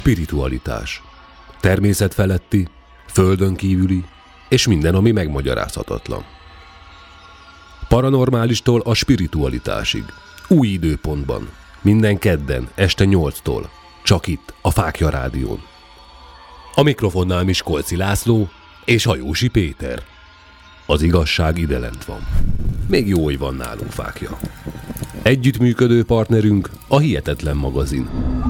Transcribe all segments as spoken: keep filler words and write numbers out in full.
Spiritualitás. Természetfeletti, földön kívüli, és minden, ami megmagyarázhatatlan. Paranormálistól a spiritualitásig. Új időpontban. Minden kedden, este nyolctól. Csak itt, a Fáklya Rádión. A mikrofonnál Miskolci László és Hajósi Péter. Az igazság ide lent van. Még jó, hogy van nálunk fákja. Együttműködő partnerünk a Hihetetlen magazin.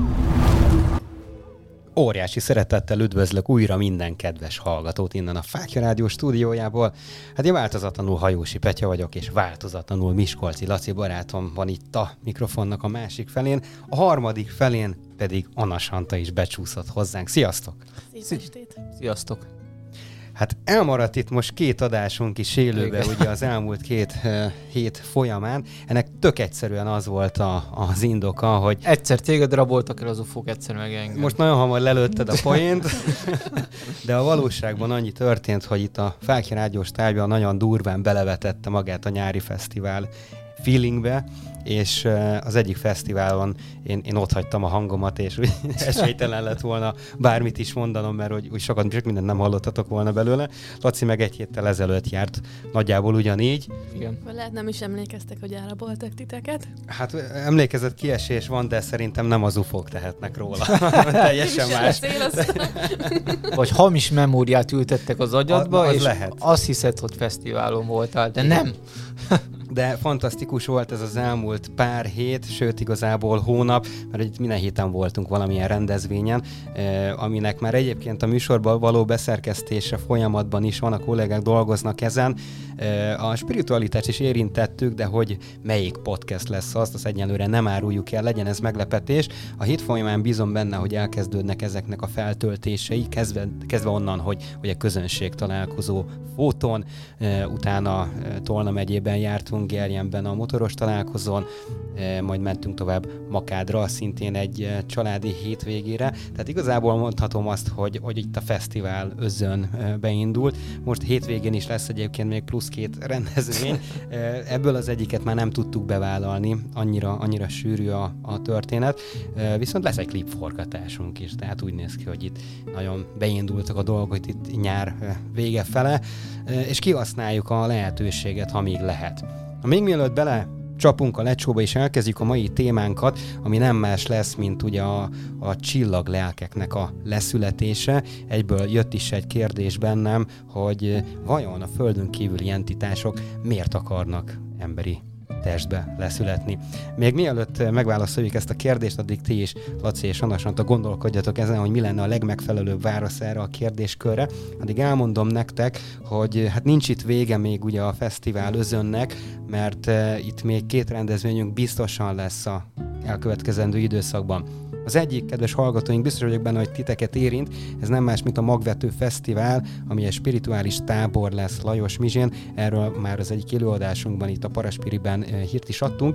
Óriási szeretettel üdvözlök újra minden kedves hallgatót innen a Fáklya Rádió stúdiójából. Hát én változatlanul Hajósi Petya vagyok, és változatlanul Miskolci Laci barátom van itt a mikrofonnak a másik felén. A harmadik felén pedig Anna Santa is becsúszott hozzánk. Sziasztok! Szép estét! Sziasztok! Hát elmaradt itt most két adásunk is élőbe, ugye az elmúlt két uh, hét folyamán. Ennek tök egyszerűen az volt a, az indoka, hogy... Egyszer téged raboltak el az ufók, egyszer meg engem. Most nagyon hamar lelőtted a poént, de a valóságban annyi történt, hogy itt a Fáklya Rádió stábja nagyon durván belevetette magát a nyári fesztivál feelingbe, és az egyik fesztiválon én, én ott hagytam a hangomat, és úgy esélytelen lett volna bármit is mondanom, mert úgy, úgy sokat csak mindent nem hallottatok volna belőle. Laci meg egy héttel ezelőtt járt nagyjából ugyanígy. Igen. Lehet nem is emlékeztek, hogy elraboltak titeket? Hát emlékezett kiesés van, de szerintem nem az ufók tehetnek róla. Teljesen más. Vagy hamis memóriát ültettek az agyadba, a, az és lehet. Azt hiszed, hogy fesztiválon voltál, de nem. De fantasztikus volt ez az elmúlt pár hét, sőt igazából hónap, mert itt minden héten voltunk valamilyen rendezvényen, eh, aminek már egyébként a műsorban való beszerkesztése folyamatban is van, a kollégák dolgoznak ezen. Eh, a spiritualitást is érintettük, de hogy melyik podcast lesz azt, azt egyelőre nem áruljuk el, legyen ez meglepetés. A hét folyamán bízom benne, hogy elkezdődnek ezeknek a feltöltései, kezdve, kezdve onnan, hogy, hogy a közönség találkozó fóton, eh, utána eh, Tolna megyében jártunk, Gerjenben a motoros találkozón, majd mentünk tovább Makádra, szintén egy családi hétvégére. Tehát igazából mondhatom azt, hogy, hogy itt a fesztivál özön beindult. Most hétvégén is lesz egyébként még plusz két rendezvény. Ebből az egyiket már nem tudtuk bevállalni, annyira, annyira sűrű a, a történet. Viszont lesz egy klipforgatásunk is, tehát úgy néz ki, hogy itt nagyon beindultak a dolgok, hogy itt nyár vége fele, és kihasználjuk a lehetőséget, ha még lehet. Még mielőtt bele csapunk a lecsóba és elkezdjük a mai témánkat, ami nem más lesz, mint ugye a, a csillaglelkeknek a leszületése. Egyből jött is egy kérdés bennem, hogy vajon a földön kívüli entitások miért akarnak emberi testbe leszületni. Még mielőtt megválaszoljuk ezt a kérdést, addig ti is, Laci és Anna Santa, gondolkodjatok ezen, hogy mi lenne a legmegfelelőbb válasz erre a kérdéskörre. Addig elmondom nektek, hogy hát nincs itt vége még ugye a fesztivál özönnek, mert uh, itt még két rendezvényünk biztosan lesz a elkövetkezendő időszakban. Az egyik, kedves hallgatóink, biztos vagyok benne, hogy titeket érint, ez nem más, mint a Magvető Fesztivál, ami egy spirituális tábor lesz Lajos Mizsén. Erről már az egyik előadásunkban itt a Paraspiriben hírt is adtunk.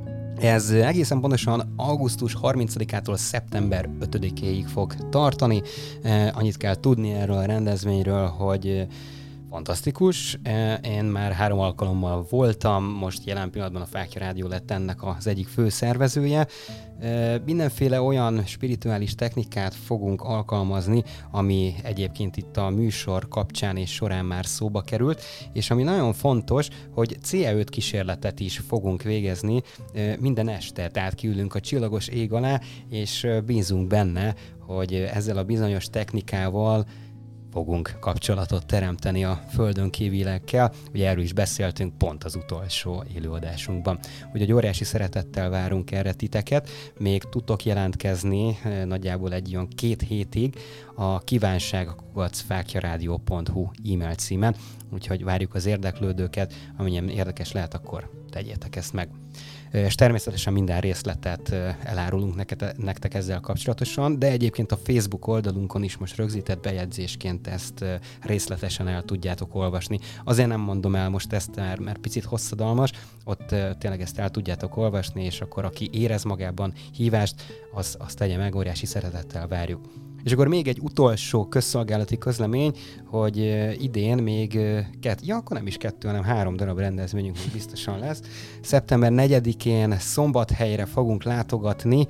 Ez egészen pontosan augusztus harmincadikától szeptember ötödikéig fog tartani. Annyit kell tudni erről a rendezvényről, hogy fantasztikus. Én már három alkalommal voltam, most jelen pillanatban a Fáklya Rádió lett ennek az egyik fő szervezője. Mindenféle olyan spirituális technikát fogunk alkalmazni, ami egyébként itt a műsor kapcsán és során már szóba került, és ami nagyon fontos, hogy cé e öt kísérletet is fogunk végezni minden este, tehát kiülünk a csillagos ég alá, és bízunk benne, hogy ezzel a bizonyos technikával fogunk kapcsolatot teremteni a földön kívülekkel. Ugye erről is beszéltünk pont az utolsó élőadásunkban. Úgyhogy óriási szeretettel várunk erre titeket. Még tudtok jelentkezni nagyjából egy olyan két hétig a kívánság kukac fáklyaradio pont hu e-mail címen. Úgyhogy várjuk az érdeklődőket. Amilyen érdekes lehet, akkor tegyétek ezt meg. És természetesen minden részletet elárulunk nektek ezzel kapcsolatosan, de egyébként a Facebook oldalunkon is most rögzített bejegyzésként ezt részletesen el tudjátok olvasni. Azért nem mondom el most ezt, mert picit hosszadalmas, ott tényleg ezt el tudjátok olvasni, és akkor aki érez magában hívást, az, az tegye meg, óriási szeretettel várjuk. És akkor még egy utolsó közszolgálati közlemény, hogy idén még kettő, ja, akkor nem is kettő, hanem három darab rendezvényünk biztosan lesz. szeptember negyedikén Szombathelyre fogunk látogatni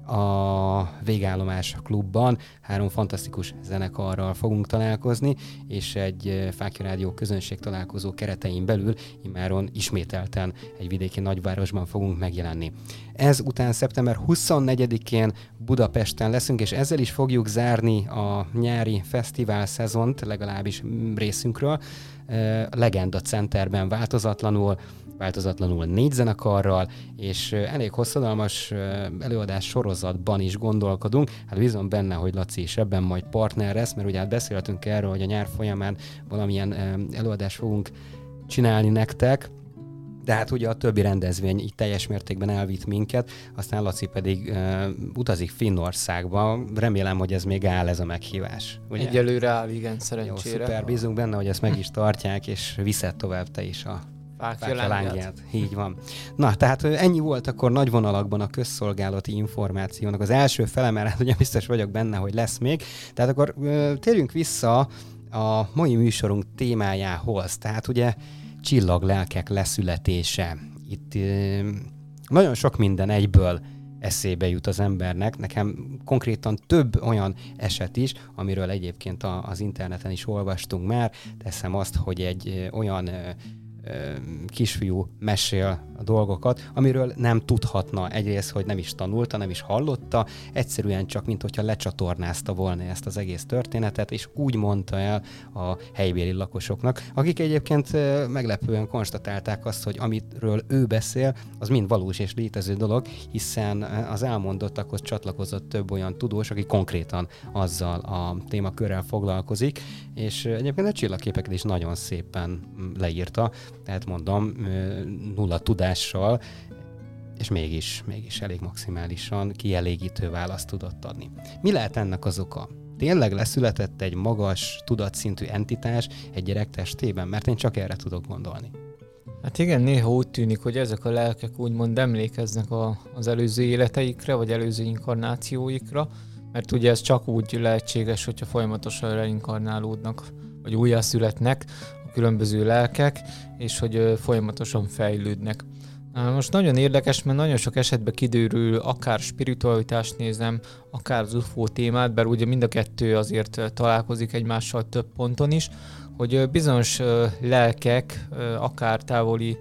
a Végállomás klubban. Három fantasztikus zenekarral fogunk találkozni, és egy Fákja Rádió közönség találkozó keretein belül immáron ismételten egy vidéki nagyvárosban fogunk megjelenni. Ez után szeptember huszonnegyedikén Budapesten leszünk, és ezzel is fogjuk zárni a nyári fesztivál szezont, legalábbis részünkről. Legenda Centerben változatlanul, változatlanul négy zenekarral, és elég hosszadalmas előadás sorozatban is gondolkodunk. Hát bízom benne, hogy Laci is ebben majd partner lesz, mert ugye hát beszéltünk erről, hogy a nyár folyamán valamilyen előadást fogunk csinálni nektek, de hát ugye a többi rendezvény így teljes mértékben elvitt minket, aztán Laci pedig uh, utazik Finnországba. Remélem, hogy ez még áll, ez a meghívás. Ugye? Egyelőre áll, igen, szerencsére. Jó, szuper, bízunk benne, hogy ezt meg is tartják, és viszed tovább te is a Fákja lángját. Így van. Na, tehát ennyi volt akkor nagy vonalakban a közszolgálati információnak az első fele, mert hát ugye biztos vagyok benne, hogy lesz még. Tehát akkor uh, térjünk vissza a mai műsorunk témájához. Tehát ugye csillaglelkek leszületése. Itt uh, nagyon sok minden egyből eszébe jut az embernek. Nekem konkrétan több olyan eset is, amiről egyébként a, az interneten is olvastunk már. Teszem azt, hogy egy uh, olyan uh, kisfiú mesél a dolgokat, amiről nem tudhatna egyrészt, hogy nem is tanulta, nem is hallotta, egyszerűen csak, mint hogyha lecsatornázta volna ezt az egész történetet, és úgy mondta el a helybéli lakosoknak, akik egyébként meglepően konstatálták azt, hogy amitről ő beszél, az mind valós és létező dolog, hiszen az elmondottakhoz csatlakozott több olyan tudós, aki konkrétan azzal a témakörrel foglalkozik, és egyébként a csillagképeket is nagyon szépen leírta, tehát mondom, nulla tudással, és mégis, mégis elég maximálisan kielégítő választ tudott adni. Mi lehet ennek az oka? Tényleg leszületett egy magas tudatszintű entitás egy gyerek testében? Mert én csak erre tudok gondolni. Hát igen, néha úgy tűnik, hogy ezek a lelkek úgymond emlékeznek a, az előző életeikre, vagy előző inkarnációikra, mert ugye ez csak úgy lehetséges, hogyha folyamatosan reinkarnálódnak, vagy újjászületnek különböző lelkek, és hogy folyamatosan fejlődnek. Most nagyon érdekes, mert nagyon sok esetben kiderül, akár spiritualitást nézem, akár az u f o témát, bár ugye mind a kettő azért találkozik egymással több ponton is, hogy bizonyos lelkek, akár távoli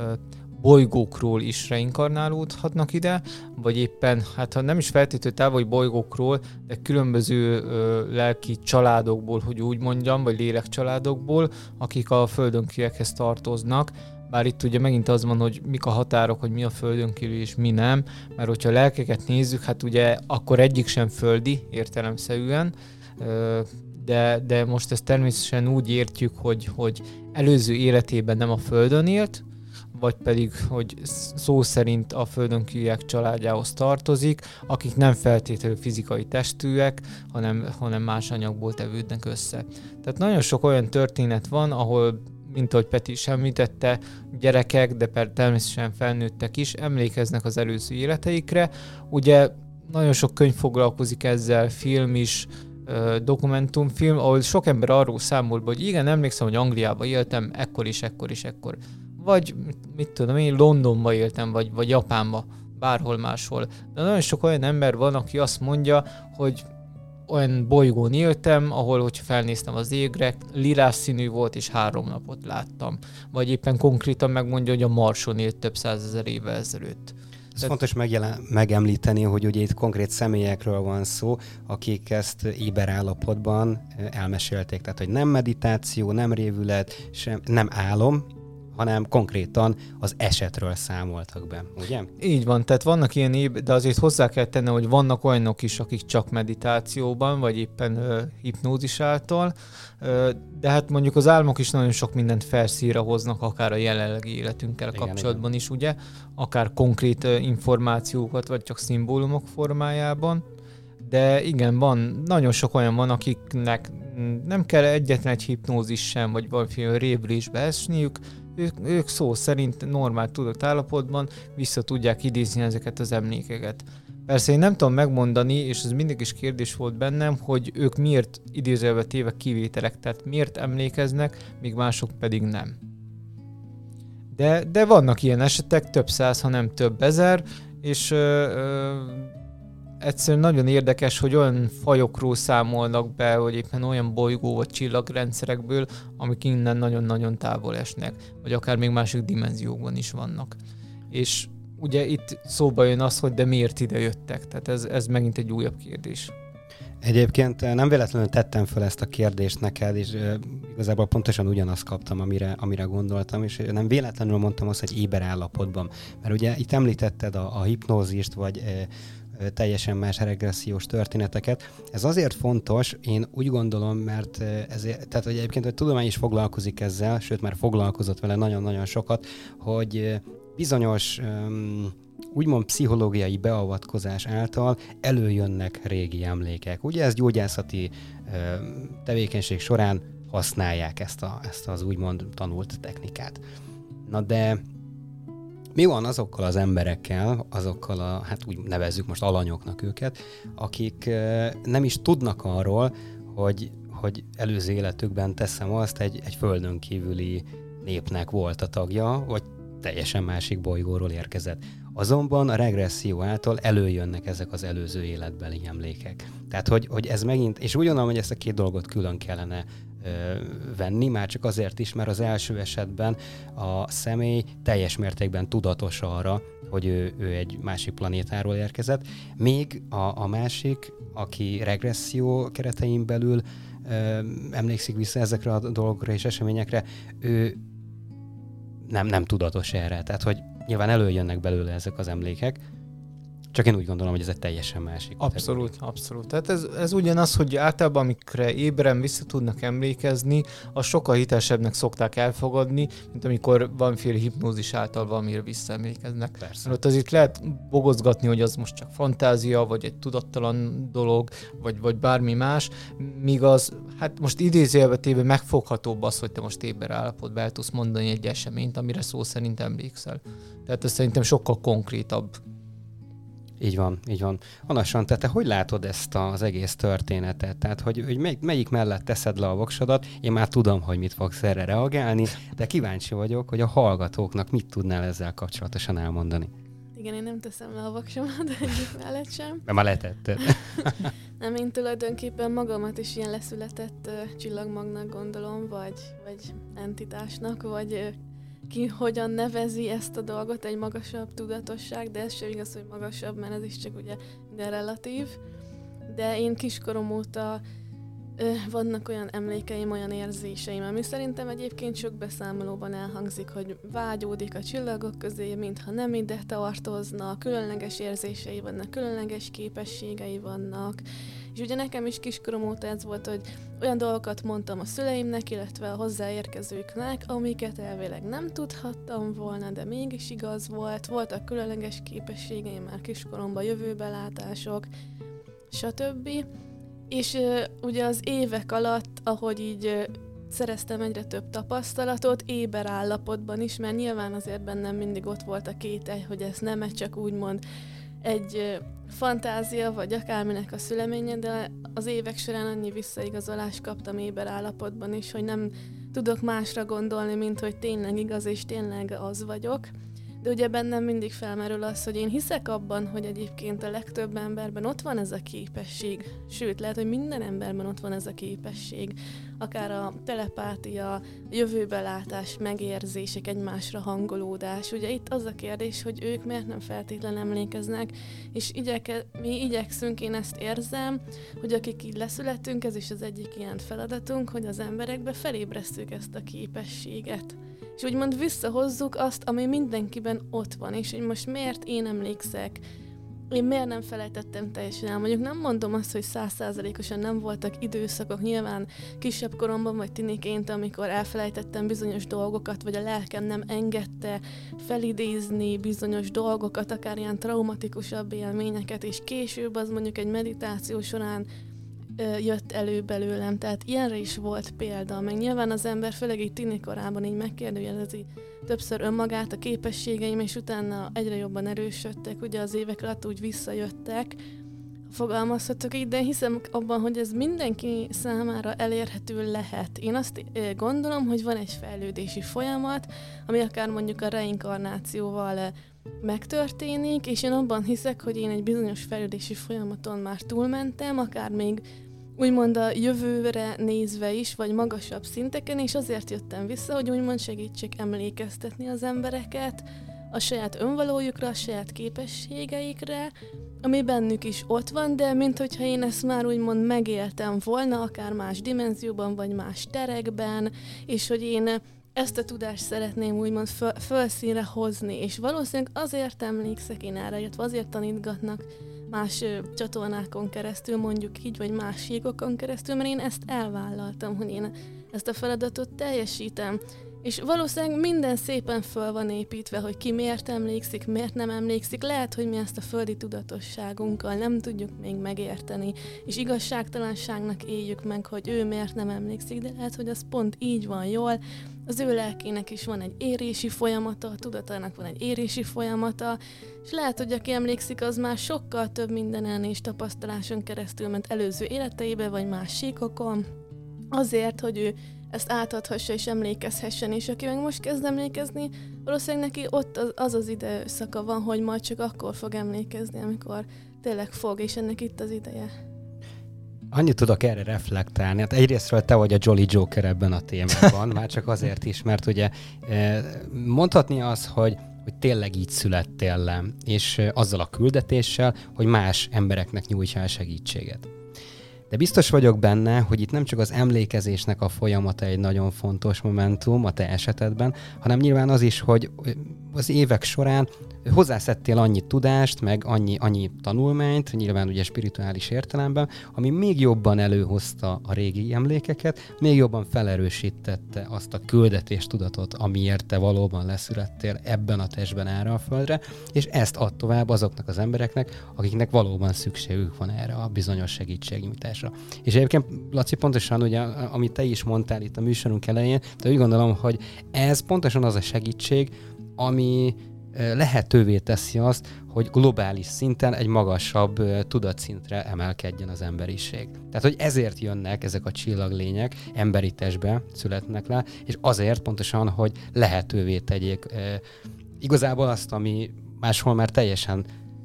bolygókról is reinkarnálódhatnak ide, vagy éppen, hát ha nem is feltétlenül távoli bolygókról, de különböző ö, lelki családokból, hogy úgy mondjam, vagy lélekcsaládokból, akik a földön kívülekhez tartoznak. Bár itt ugye megint az van, hogy mik a határok, hogy mi a földön kívül és mi nem, mert hogyha a lelkeket nézzük, hát ugye akkor egyik sem földi értelemszerűen, ö, de, de most ezt természetesen úgy értjük, hogy, hogy előző életében nem a földön élt, vagy pedig, hogy szó szerint a földön kívüliek családjához tartozik, akik nem feltétlenül fizikai testűek, hanem, hanem más anyagból tevődnek össze. Tehát nagyon sok olyan történet van, ahol, mint ahogy Peti is említette, gyerekek, de per természetesen felnőttek is emlékeznek az előző életeikre. Ugye nagyon sok könyv foglalkozik ezzel, film is, dokumentumfilm, ahol sok ember arról számol, hogy igen, emlékszem, hogy Angliában éltem, ekkor is, ekkor is, ekkor. Vagy, mit tudom én, Londonba éltem, vagy, vagy Japánba, bárhol máshol. De nagyon sok olyan ember van, aki azt mondja, hogy olyan bolygón éltem, ahol, hogyha felnéztem az égre, lilás színű volt, és három napot láttam. Vagy éppen konkrétan megmondja, hogy a Marson élt több százezer évvel ezelőtt. Ez Tehát... fontos megjelen, megemlíteni, hogy ugye itt konkrét személyekről van szó, akik ezt éber állapotban elmesélték. Tehát, hogy nem meditáció, nem révület, sem, nem álom, hanem konkrétan az esetről számoltak be, ugye? Így van, tehát vannak ilyen éb, de azért hozzá kell tenni, hogy vannak olyanok is, akik csak meditációban, vagy éppen ö, hipnózis által, ö, de hát mondjuk az álmok is nagyon sok mindent felszínre hoznak, akár a jelenlegi életünkkel igen, kapcsolatban igen. is, ugye? Akár konkrét ö, információkat, vagy csak szimbólumok formájában. De igen, van, nagyon sok olyan van, akiknek nem kell egyetlen egy hipnózis sem, vagy valamiféle révülésbe esniük, ők, ők szó szerint normál tudatállapotban vissza tudják idézni ezeket az emlékeket. Persze én nem tudom megmondani, és ez mindig is kérdés volt bennem, hogy ők miért idézőjelbe téve kivételek, tehát miért emlékeznek, míg mások pedig nem. De, de vannak ilyen esetek, több száz, ha nem több ezer, és ö, ö, egyszerűen nagyon érdekes, hogy olyan fajokról számolnak be, hogy éppen olyan bolygó vagy csillagrendszerekből, amik innen nagyon-nagyon távol esnek, vagy akár még másik dimenziókban is vannak. És ugye itt szóba jön az, hogy de miért ide jöttek? Tehát ez, ez megint egy újabb kérdés. Egyébként nem véletlenül tettem fel ezt a kérdést neked, és uh, igazából pontosan ugyanazt kaptam, amire, amire gondoltam, és nem véletlenül mondtam azt, hogy éber állapotban. Mert ugye itt említetted a, a hipnózist, vagy uh, teljesen más regressziós történeteket. Ez azért fontos, én úgy gondolom, mert ezért, tehát hogy egyébként a tudomány is foglalkozik ezzel, sőt már foglalkozott vele nagyon-nagyon sokat, hogy bizonyos um, úgymond pszichológiai beavatkozás által előjönnek régi emlékek. Ugye ez gyógyászati ö, tevékenység során használják ezt, a, ezt az úgymond tanult technikát. Na de mi van azokkal az emberekkel, azokkal a, hát úgy nevezzük most alanyoknak őket, akik ö, nem is tudnak arról, hogy, hogy előző életükben teszem azt, egy, egy földön kívüli népnek volt a tagja, vagy teljesen másik bolygóról érkezett. Azonban a regresszió által előjönnek ezek az előző életbeli emlékek. Tehát, hogy, hogy ez megint, és úgy gondolom, hogy ezt a két dolgot külön kellene ö, venni, már csak azért is, mert az első esetben a személy teljes mértékben tudatos arra, hogy ő, ő egy másik planétáról érkezett, még a, a másik, aki regresszió keretein belül ö, emlékszik vissza ezekre a dolgokra és eseményekre, ő nem, nem tudatos erre. Tehát, hogy nyilván előjönnek belőle ezek az emlékek, csak én úgy gondolom, hogy ez egy teljesen másik. Abszolút, kategória. abszolút. Tehát ez, ez ugyanaz, hogy általában amikre ébren vissza tudnak emlékezni, az sokkal hitelesebbnek szokták elfogadni, mint amikor valamiféle hipnózis által valamire visszaemlékeznek. Persze. Mert azért lehet bogozgatni, hogy az most csak fantázia, vagy egy tudattalan dolog, vagy, vagy bármi más, míg az, hát most idézőjelbe téve megfoghatóbb az, hogy te most éber állapotban el tudsz mondani egy eseményt, amire szó szerint emlékszel. Tehát ez szerintem sokkal konkrétabb. Így van, így van. Anassan, te, te hogy látod ezt az egész történetet? Tehát, hogy, hogy mely, melyik mellett teszed le a voksodat? Én már tudom, hogy mit fogsz erre reagálni, de kíváncsi vagyok, hogy a hallgatóknak mit tudnál ezzel kapcsolatosan elmondani. Igen, én nem teszem le a voksomat egyik mellett sem. Mert már letetted. Nem, én tulajdonképpen magamat is ilyen leszületett uh, csillagmagnak gondolom, vagy, vagy entitásnak, vagy uh, ki hogyan nevezi ezt a dolgot, egy magasabb tudatosság, de ez sem igaz, hogy magasabb, mert ez is csak ugye minden relatív. De én kiskorom óta ö, vannak olyan emlékeim, olyan érzéseim, ami szerintem egyébként sok beszámolóban elhangzik, hogy vágyódik a csillagok közé, mintha nem ide tartozna, különleges érzései vannak, különleges képességei vannak. És ugye nekem is kiskorom óta ez volt, hogy olyan dolgokat mondtam a szüleimnek, illetve a hozzáérkezőknek, amiket elvileg nem tudhattam volna, de mégis igaz volt. Voltak különleges képességeim már kiskoromban, jövőbelátások, stb. És uh, ugye az évek alatt, ahogy így uh, szereztem egyre több tapasztalatot, éber állapotban is, mert nyilván azért bennem mindig ott volt a kételj, hogy ez nem csak úgymond egy fantázia, vagy akárminek a szüleménye, de az évek során annyi visszaigazolást kaptam éber állapotban is, hogy nem tudok másra gondolni, mint hogy tényleg igaz, és tényleg az vagyok. De ugye bennem mindig felmerül az, hogy én hiszek abban, hogy egyébként a legtöbb emberben ott van ez a képesség. Sőt, lehet, hogy minden emberben ott van ez a képesség. Akár a telepátia, a jövőbelátás, megérzések, egymásra hangolódás. Ugye itt az a kérdés, hogy ők miért nem feltétlenül emlékeznek, és igyeke, mi igyekszünk, én ezt érzem, hogy akik így leszületünk, ez is az egyik ilyen feladatunk, hogy az emberekbe felébresztjük ezt a képességet. És úgymond visszahozzuk azt, ami mindenkiben ott van, és hogy most miért én emlékszek, én miért nem felejtettem teljesen el. Mondjuk nem mondom azt, hogy száz százalékosan nem voltak időszakok, nyilván kisebb koromban vagy tiniként, amikor elfelejtettem bizonyos dolgokat, vagy a lelkem nem engedte felidézni bizonyos dolgokat, akár ilyen traumatikusabb élményeket, és később az mondjuk egy meditáció során jött elő belőlem, tehát ilyenre is volt példa, meg nyilván az ember főleg így tini korában így megkérdőjelezi többször önmagát, a képességeim, és utána egyre jobban erősödtek, ugye az évek alatt úgy visszajöttek, fogalmazhatok így, de hiszem abban, hogy ez mindenki számára elérhető lehet. Én azt gondolom, hogy van egy fejlődési folyamat, ami akár mondjuk a reinkarnációval megtörténik, és én abban hiszek, hogy én egy bizonyos fejlődési folyamaton már túlmentem, akár még úgymond a jövőre nézve is, vagy magasabb szinteken, és azért jöttem vissza, hogy úgymond segítsek emlékeztetni az embereket a saját önvalójukra, a saját képességeikre, ami bennük is ott van, de mint hogyha én ezt már úgymond megéltem volna, akár más dimenzióban, vagy más terekben, és hogy én ezt a tudást szeretném úgymond föl, fölszínre hozni, és valószínűleg azért emlékszek én erre, illetve azért tanítgatnak más ö, csatornákon keresztül, mondjuk így, vagy más síkokon keresztül, mert én ezt elvállaltam, hogy én ezt a feladatot teljesítem. És valószínűleg minden szépen föl van építve, hogy ki miért emlékszik, miért nem emlékszik. Lehet, hogy mi ezt a földi tudatosságunkkal nem tudjuk még megérteni, és igazságtalanságnak éljük meg, hogy ő miért nem emlékszik, de lehet, hogy az pont így van jól. Az ő lelkének is van egy érési folyamata, a tudatának van egy érési folyamata, és lehet, hogy aki emlékszik, az már sokkal több mindenen és tapasztaláson keresztül ment előző életeibe, vagy más síkokon, azért, hogy ő ezt átadhassa és emlékezhessen, és aki meg most kezd emlékezni, valószínűleg neki ott az az, az időszaka van, hogy majd csak akkor fog emlékezni, amikor tényleg fog, és ennek itt az ideje. Annyit tudok erre reflektálni. Hát egyrésztről te vagy a Jolly Joker ebben a témában, már csak azért is, mert ugye mondhatni az, hogy hogy tényleg így születtél le, és azzal a küldetéssel, hogy más embereknek nyújtsál segítséget. De biztos vagyok benne, hogy itt nem csak az emlékezésnek a folyamata egy nagyon fontos momentum a te esetedben, hanem nyilván az is, hogy az évek során hozzászettél annyi tudást, meg annyi, annyi tanulmányt, nyilván ugye spirituális értelemben, ami még jobban előhozta a régi emlékeket, még jobban felerősítette azt a küldetéstudatot, amiért te valóban leszülettél ebben a testben erre a földre, és ezt ad tovább azoknak az embereknek, akiknek valóban szükségük van erre a bizonyos segítségnyújtásra. És egyébként, Laci, pontosan ugye, amit te is mondtál itt a műsorunk elején, de úgy gondolom, hogy ez pontosan az a segítség, ami lehetővé teszi azt, hogy globális szinten egy magasabb tudatszintre emelkedjen az emberiség. Tehát, hogy ezért jönnek ezek a csillaglények, emberi testbe születnek le, és azért pontosan, hogy lehetővé tegyék e, igazából azt, ami máshol már teljesen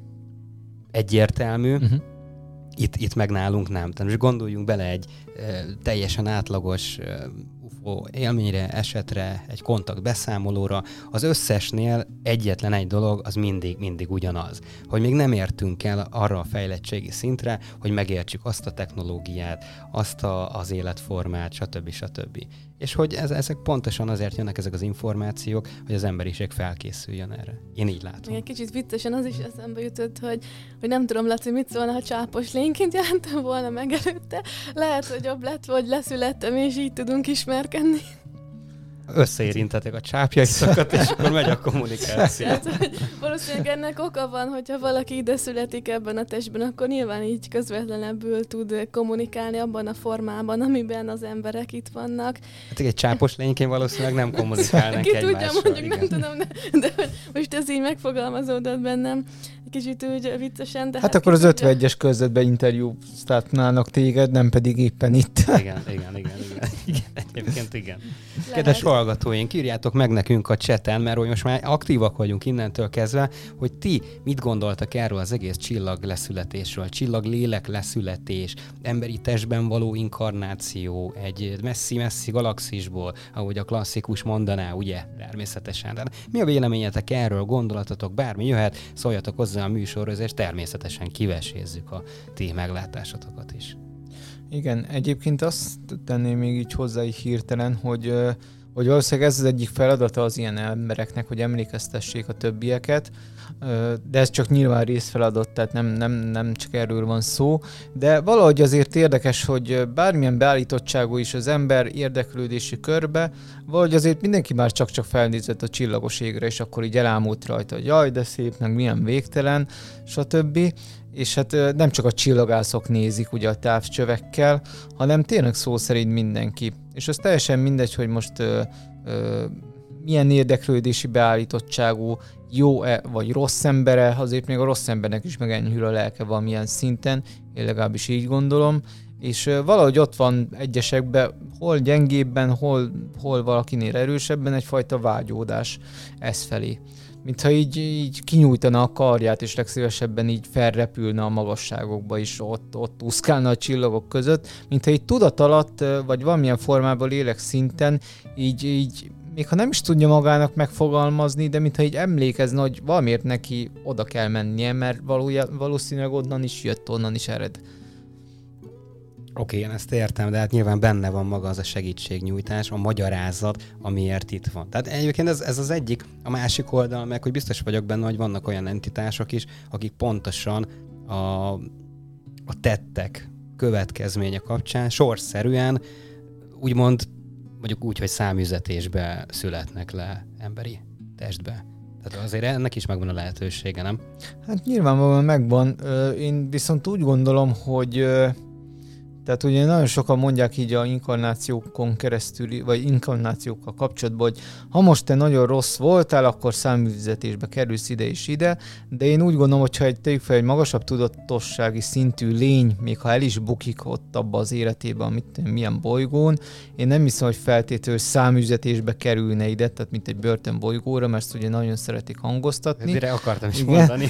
egyértelmű, uh-huh. itt, itt meg nálunk nem. Tehát most gondoljunk bele egy e, teljesen átlagos e, élményre, esetre, egy kontakt beszámolóra, az összesnél egyetlen egy dolog, az mindig, mindig ugyanaz. Hogy még nem értünk el arra a fejlettségi szintre, hogy megértsük azt a technológiát, azt a, az életformát, stb. stb. És hogy ez, ezek pontosan azért jönnek ezek az információk, hogy az emberiség felkészüljön erre. Én így látom. Egy kicsit viccesen az is eszembe jutott, hogy, hogy nem tudom, Laci, mit szólna, ha csápos lényként jelentem volna meg előtte. Lehet, hogy jobb lett, vagy leszülettem, és így tudunk ismerkedni. Összeérintetek a csápjaitokat, és akkor megy a kommunikáció. Hát, valószínűleg ennek oka van, hogyha valaki ide születik ebben a testben, akkor nyilván így közvetlenebbül tud kommunikálni abban a formában, amiben az emberek itt vannak. Hát egy csápos lényként valószínűleg nem kommunikálnak Ki egymással. tudja, mondjuk igen. Nem tudom, de, de most ez így megfogalmazódott bennem. Kicsit úgy viccesen. De hát, hát akkor az ötvenegyes körzetben interjúztatnának téged, nem pedig éppen itt. Igen, igen, igen, igen. igen. Egyébként igen. Lehet. Kedves hallgatóink, írjátok meg nekünk a chaten, mert hogy most már aktívak vagyunk innentől kezdve, hogy ti mit gondoltak erről az egész csillag leszületésről, csillag lélek leszületés, emberi testben való inkarnáció, egy messzi-messzi galaxisból, ahogy a klasszikus mondaná, ugye, természetesen. De mi a véleményetek erről, gondolatotok, bármi jöhet, szóljatok hozzá a műsorhoz, és természetesen kivesézzük a ti meglátásotokat is. Igen, egyébként azt tenném még így hozzá így hirtelen, hogy, hogy valószínűleg ez az egyik feladata az ilyen embereknek, hogy emlékeztessék a többieket, de ez csak nyilván részfeladat, tehát nem, nem, nem csak erről van szó, de valahogy azért érdekes, hogy bármilyen beállítottságú is az ember érdeklődési körbe, valahogy azért mindenki már csak-csak felnézett a csillagos égre, és akkor így elámult rajta, hogy jaj, de szép, meg milyen végtelen, stb. És hát nem csak a csillagászok nézik ugye a távcsövekkel, hanem tényleg szó szerint mindenki. És az teljesen mindegy, hogy most ö, ö, milyen érdeklődési beállítottságú, jó-e vagy rossz embere, azért még a rossz embernek is megenyhül a lelke valamilyen szinten, én legalábbis így gondolom, és ö, valahogy ott van egyesekben, hol gyengébben, hol, hol valakinél erősebben egyfajta vágyódás ez felé. mintha így, így kinyújtana a karját, és legszívesebben így felrepülne a magasságokba is, ott, ott úszkálna a csillagok között, mintha így tudat alatt, vagy valamilyen formában lélek szinten, így, így még ha nem is tudja magának megfogalmazni, de mintha így emlékezne, hogy valamiért neki oda kell mennie, mert valójá, valószínűleg onnan is jött, onnan is ered. Oké, én ezt értem, de hát nyilván benne van maga az a segítségnyújtás, a magyarázat, amiért itt van. Tehát egyébként ez, ez az egyik, a másik oldal meg, hogy biztos vagyok benne, hogy vannak olyan entitások is, akik pontosan a, a tettek következménye kapcsán sorszerűen úgymond, mondjuk úgy, hogy számüzetésbe születnek le emberi testbe. Tehát azért ennek is megvan a lehetősége, nem? Hát nyilvánvalóan megvan. Én viszont úgy gondolom, hogy tehát ugye nagyon sokan mondják így a inkarnációkon keresztül, vagy inkarnációkkal kapcsolatban, hogy ha most te nagyon rossz voltál, akkor száműzetésbe kerülsz ide és ide, de én úgy gondolom, hogyha egy, tegyük fel egy magasabb tudatossági szintű lény, még ha el is bukik ott abba az életében, amit, milyen bolygón, én nem hiszem, hogy feltétlenül száműzetésbe kerülne ide, tehát mint egy börtönbolygóra, mert ezt ugye nagyon szeretik hangoztatni. Mire akartam is igen. mondani.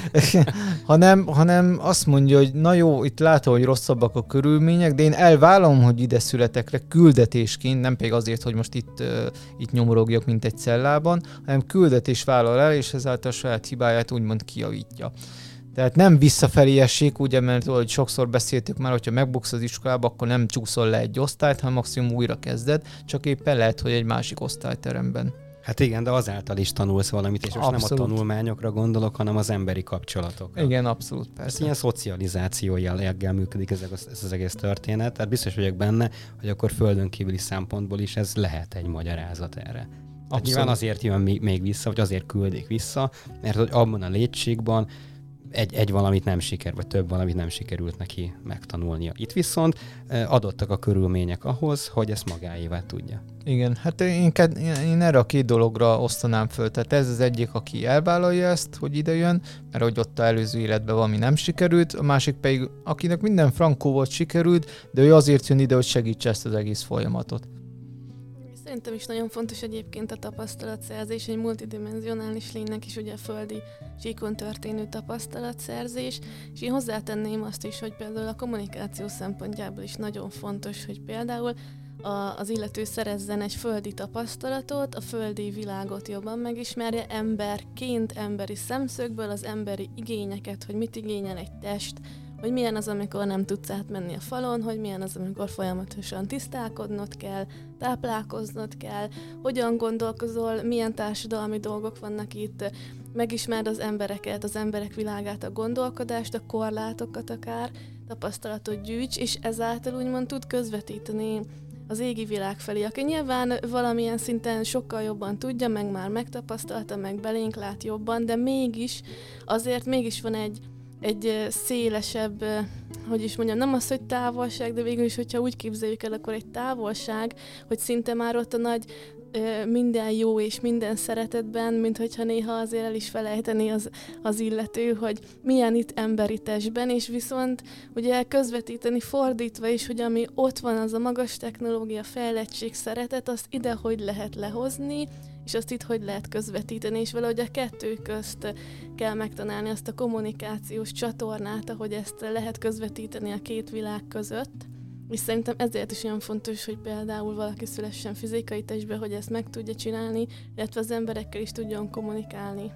hanem, hanem azt mondja, hogy na jó, itt látom, hogy rosszabbak a körülmények, de én elvállalom, hogy ide születek le küldetésként, nem pedig azért, hogy most itt, uh, itt nyomorogjak, mint egy cellában, hanem küldetés vállal el, és ezáltal a saját hibáját úgymond kijavítja. Tehát nem visszafelé essék, ugye, mert ahogy sokszor beszéltük már, hogyha megbuksz az iskolába, akkor nem csúszol le egy osztályt, hanem maximum újra kezded, csak éppen lehet, hogy egy másik osztályteremben. Hát igen, de azáltal is tanulsz valamit, és most abszolút. Nem a tanulmányokra gondolok, hanem az emberi kapcsolatokra. Igen, abszolút, persze. Ez ilyen szocializáció jelleggel működik ez, ez az egész történet, tehát biztos vagyok benne, hogy akkor földön kívüli szempontból is ez lehet egy magyarázat erre. Tehát nyilván azért jön még vissza, vagy azért küldik vissza, mert hogy abban a létségben egy, egy valamit nem siker, vagy több valamit nem sikerült neki megtanulnia. Itt viszont adottak a körülmények ahhoz, hogy ezt magáévá tudja. Igen, hát én, én erre a két dologra osztanám föl. Tehát ez az egyik, aki elvállalja ezt, hogy ide jön, mert hogy ott az előző életben valami nem sikerült, a másik pedig, akinek minden frankó volt, sikerült, de ő azért jön ide, hogy segítse ezt az egész folyamatot. Szerintem is nagyon fontos egyébként a tapasztalatszerzés, egy multidimensionális lénynek is ugye a földi síkon történő tapasztalatszerzés, és én hozzátenném azt is, hogy például a kommunikáció szempontjából is nagyon fontos, hogy például a, az illető szerezzen egy földi tapasztalatot, a földi világot jobban megismerje, emberként, emberi szemszögből az emberi igényeket, hogy mit igényel egy test, hogy milyen az, amikor nem tudsz átmenni a falon, hogy milyen az, amikor folyamatosan tisztálkodnod kell, táplálkoznod kell, hogyan gondolkozol, milyen társadalmi dolgok vannak itt, megismerd az embereket, az emberek világát, a gondolkodást, a korlátokat akár, tapasztalatot gyűjts, és ezáltal úgymond tud közvetíteni az égi világ felé, aki nyilván valamilyen szinten sokkal jobban tudja, meg már megtapasztalta, meg belénk lát jobban, de mégis, azért mégis van egy egy szélesebb, hogy is mondjam, nem az, hogy távolság, de végül is, hogyha úgy képzeljük el, akkor egy távolság, hogy szinte már ott a nagy minden jó és minden szeretetben, mint hogyha néha azért el is felejteni az, az illető, hogy milyen itt emberi testben, és viszont ugye közvetíteni fordítva is, hogy ami ott van, az a magas technológia, fejlettség, szeretet, azt ide hogy lehet lehozni, és azt itt hogy lehet közvetíteni, és valahogy a kettő közt kell megtanálni azt a kommunikációs csatornát, ahogy ezt lehet közvetíteni a két világ között. És szerintem ezért is olyan fontos, hogy például valaki szülessen fizikai testbe, hogy ezt meg tudja csinálni, illetve az emberekkel is tudjon kommunikálni.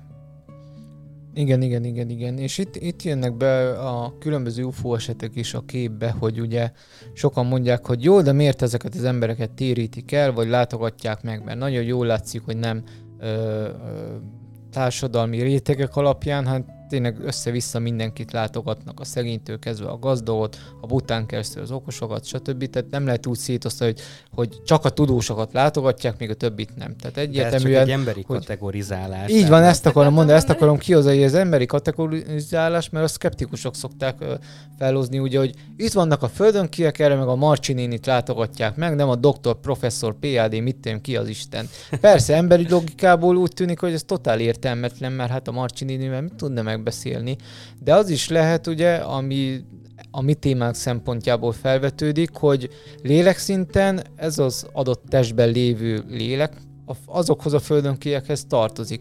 Igen, igen, igen, igen. És itt, itt jönnek be a különböző u f o esetek is a képbe, hogy ugye sokan mondják, hogy jó, de miért ezeket az embereket térítik el, vagy látogatják meg, mert nagyon jól látszik, hogy nem ö, ö, társadalmi rétegek alapján, hát tényleg össze-vissza mindenkit látogatnak, a szegénytől kezdve a gazdagot, a bután keresztül az okosokat, stb. Tehát nem lehet úgy szétosztani, hogy, hogy csak a tudósokat látogatják, még a többit nem. Tehát egyértelműen, ez csak egy emberi kategorizálás. Így van, ezt akarom mondani, ezt akarom kihozni, hogy az emberi kategorizálás, mert a szkeptikusok szokták felhozni, ugye, hogy itt vannak a földön kiek, erre meg a Marcsi nénit látogatják meg, nem a doktor, professzor, pé há dé, mit tudom, ki az Isten. Persze, emberi logikából úgy tűnik, hogy ez totál értelmetlen, mert hát a Marcsi nénivel mit tudna megbeszélni, de az is lehet, ugye, ami a mi témánk szempontjából felvetődik, hogy lélekszinten ez az adott testben lévő lélek azokhoz a földönkiekhez tartozik.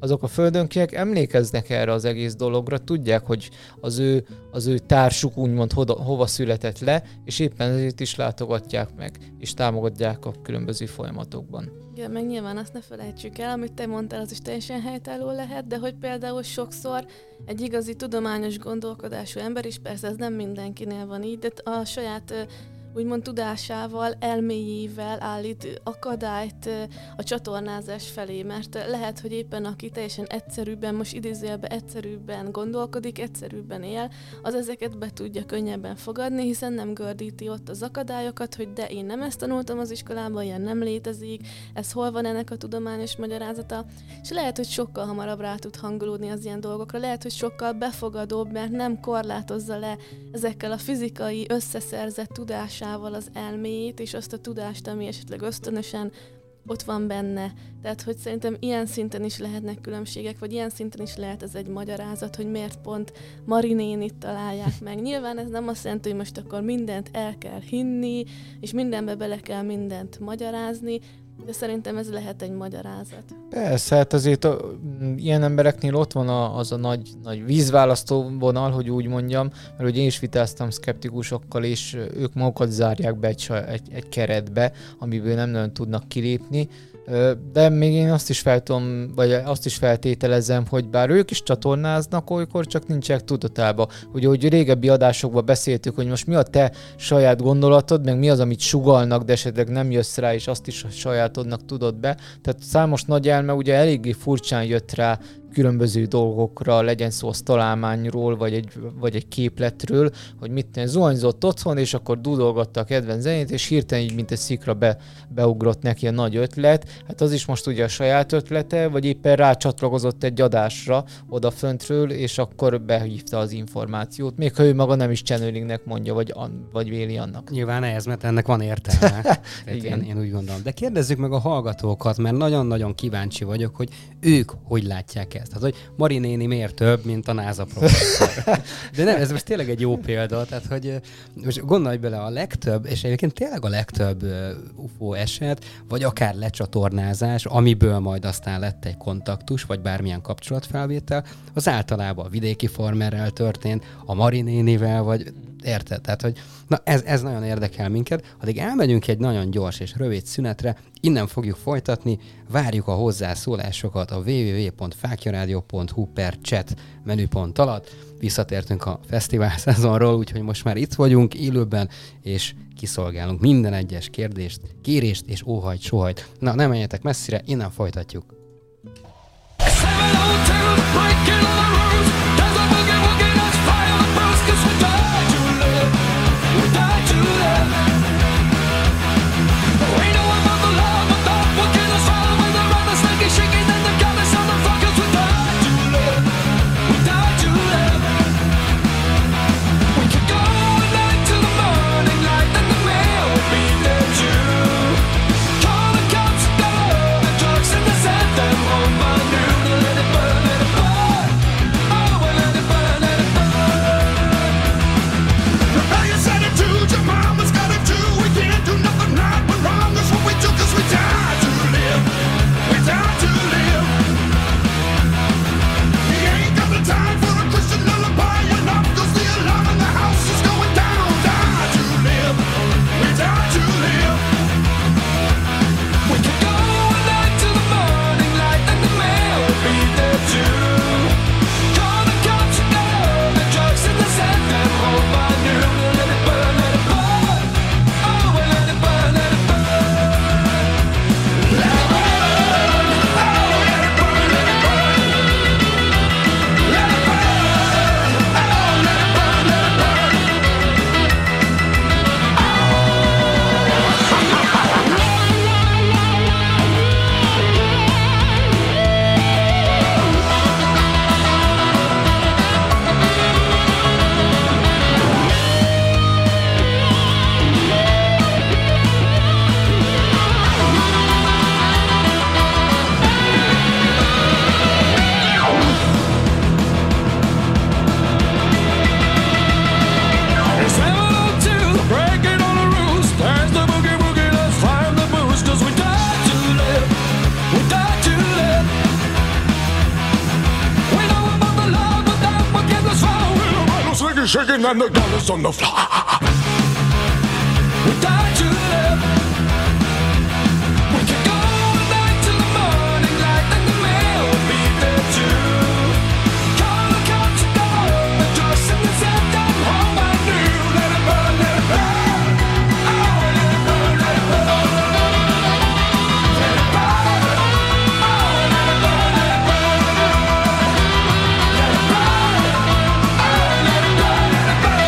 azok a földönkiek emlékeznek erre az egész dologra, tudják, hogy az ő, az ő társuk úgymond hoda, hova született le, és éppen ezért is látogatják meg, és támogatják a különböző folyamatokban. Igen, meg nyilván azt ne felejtsük el, amit te mondtál, az is teljesen helytálló lehet, de hogy például sokszor egy igazi tudományos gondolkodású ember, és persze ez nem mindenkinél van így, de a saját úgymond tudásával, elméjével állít akadályt a csatornázás felé, mert lehet, hogy éppen aki teljesen egyszerűbben, most idézőjelben egyszerűbben gondolkodik, egyszerűbben él, az ezeket be tudja könnyebben fogadni, hiszen nem gördíti ott az akadályokat, hogy de én nem ezt tanultam az iskolában, ilyen nem létezik, ez hol van ennek a tudományos magyarázata, és lehet, hogy sokkal hamarabb rá tud hangolódni az ilyen dolgokra, lehet, hogy sokkal befogadóbb, mert nem korlátozza le ezekkel a fizikai összeszerzett tudás az elméjét, és azt a tudást, ami esetleg ösztönösen ott van benne. Tehát, hogy szerintem ilyen szinten is lehetnek különbségek, vagy ilyen szinten is lehet ez egy magyarázat, hogy miért pont Mari nénit találják meg. Nyilván ez nem azt jelenti, hogy most akkor mindent el kell hinni, és mindenbe bele kell mindent magyarázni, de szerintem ez lehet egy magyarázat. Persze, hát azért a, ilyen embereknél ott van a, az a nagy, nagy vízválasztó vonal, hogy úgy mondjam, mert ugye én is vitáztam szkeptikusokkal, és ők magukat zárják be egy, egy, egy keretbe, amiből nem nagyon tudnak kilépni. De még én azt is fel tudom, vagy azt is feltételezem, hogy bár ők is csatornáznak, olykor csak nincsenek tudatában. Ugye, hogy régebbi adásokban beszéltük, hogy most mi a te saját gondolatod, meg mi az, amit sugallnak, de esetleg nem jössz rá, és azt is a sajátodnak tudod be. Tehát számos nagy elme ugye eléggé furcsán jött rá különböző dolgokra, legyen szó az találmányról, vagy egy, vagy egy képletről, hogy mit tenni, zuhanyzott otthon, és akkor dudolgatta a kedvenc zenét, és hirtelen így, mint egy szikra be, beugrott neki a nagy ötlet. Hát az is most ugye a saját ötlete, vagy éppen rácsatlakozott egy adásra odaföntről, és akkor behívta az információt, még ha ő maga nem is channelingnek mondja, vagy, an, vagy véli annak. Nyilván ez, mert ennek van értelme. Igen. Én, én úgy gondolom. De kérdezzük meg a hallgatókat, mert nagyon-nagyon kíváncsi vagyok, hogy ők hogy látják ezt. Tehát, hogy Mari néni miért több, mint a NASA professzor. De nem, ez most tényleg egy jó példa, tehát, hogy most gondolj bele, a legtöbb, és egyébként tényleg a legtöbb u f o eset, vagy akár lecsatornázás, amiből majd aztán lett egy kontaktus, vagy bármilyen kapcsolatfelvétel, az általában a vidéki farmerrel történt, a Mari nénivel, vagy érted? Tehát, hogy na ez, ez nagyon érdekel minket. Addig elmegyünk egy nagyon gyors és rövid szünetre, innen fogjuk folytatni, várjuk a hozzászólásokat a double-u double-u double-u pont fáklyaradio pont hu per chat menüpont alatt. Visszatértünk a fesztivál szezonról, úgyhogy most már itt vagyunk élőben, és kiszolgálunk minden egyes kérdést, kérést és óhajt, sohajt. Na, nem menjetek messzire, innen folytatjuk. Call the cops, go, the drugs and the center. shaking and the dollars on the floor. We die to love. We can go all night till the morning light, and the mail will be there too. Call the cops and go home and trust in the set down home. I knew, let it burn, let it burn. Oh, let it burn, let it burn. Let it burn. Oh, let it burn, let it burn. Let it burn. Oh, let it burn, let it burn.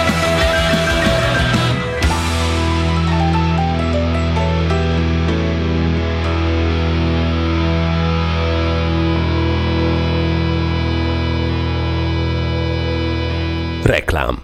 Reklám.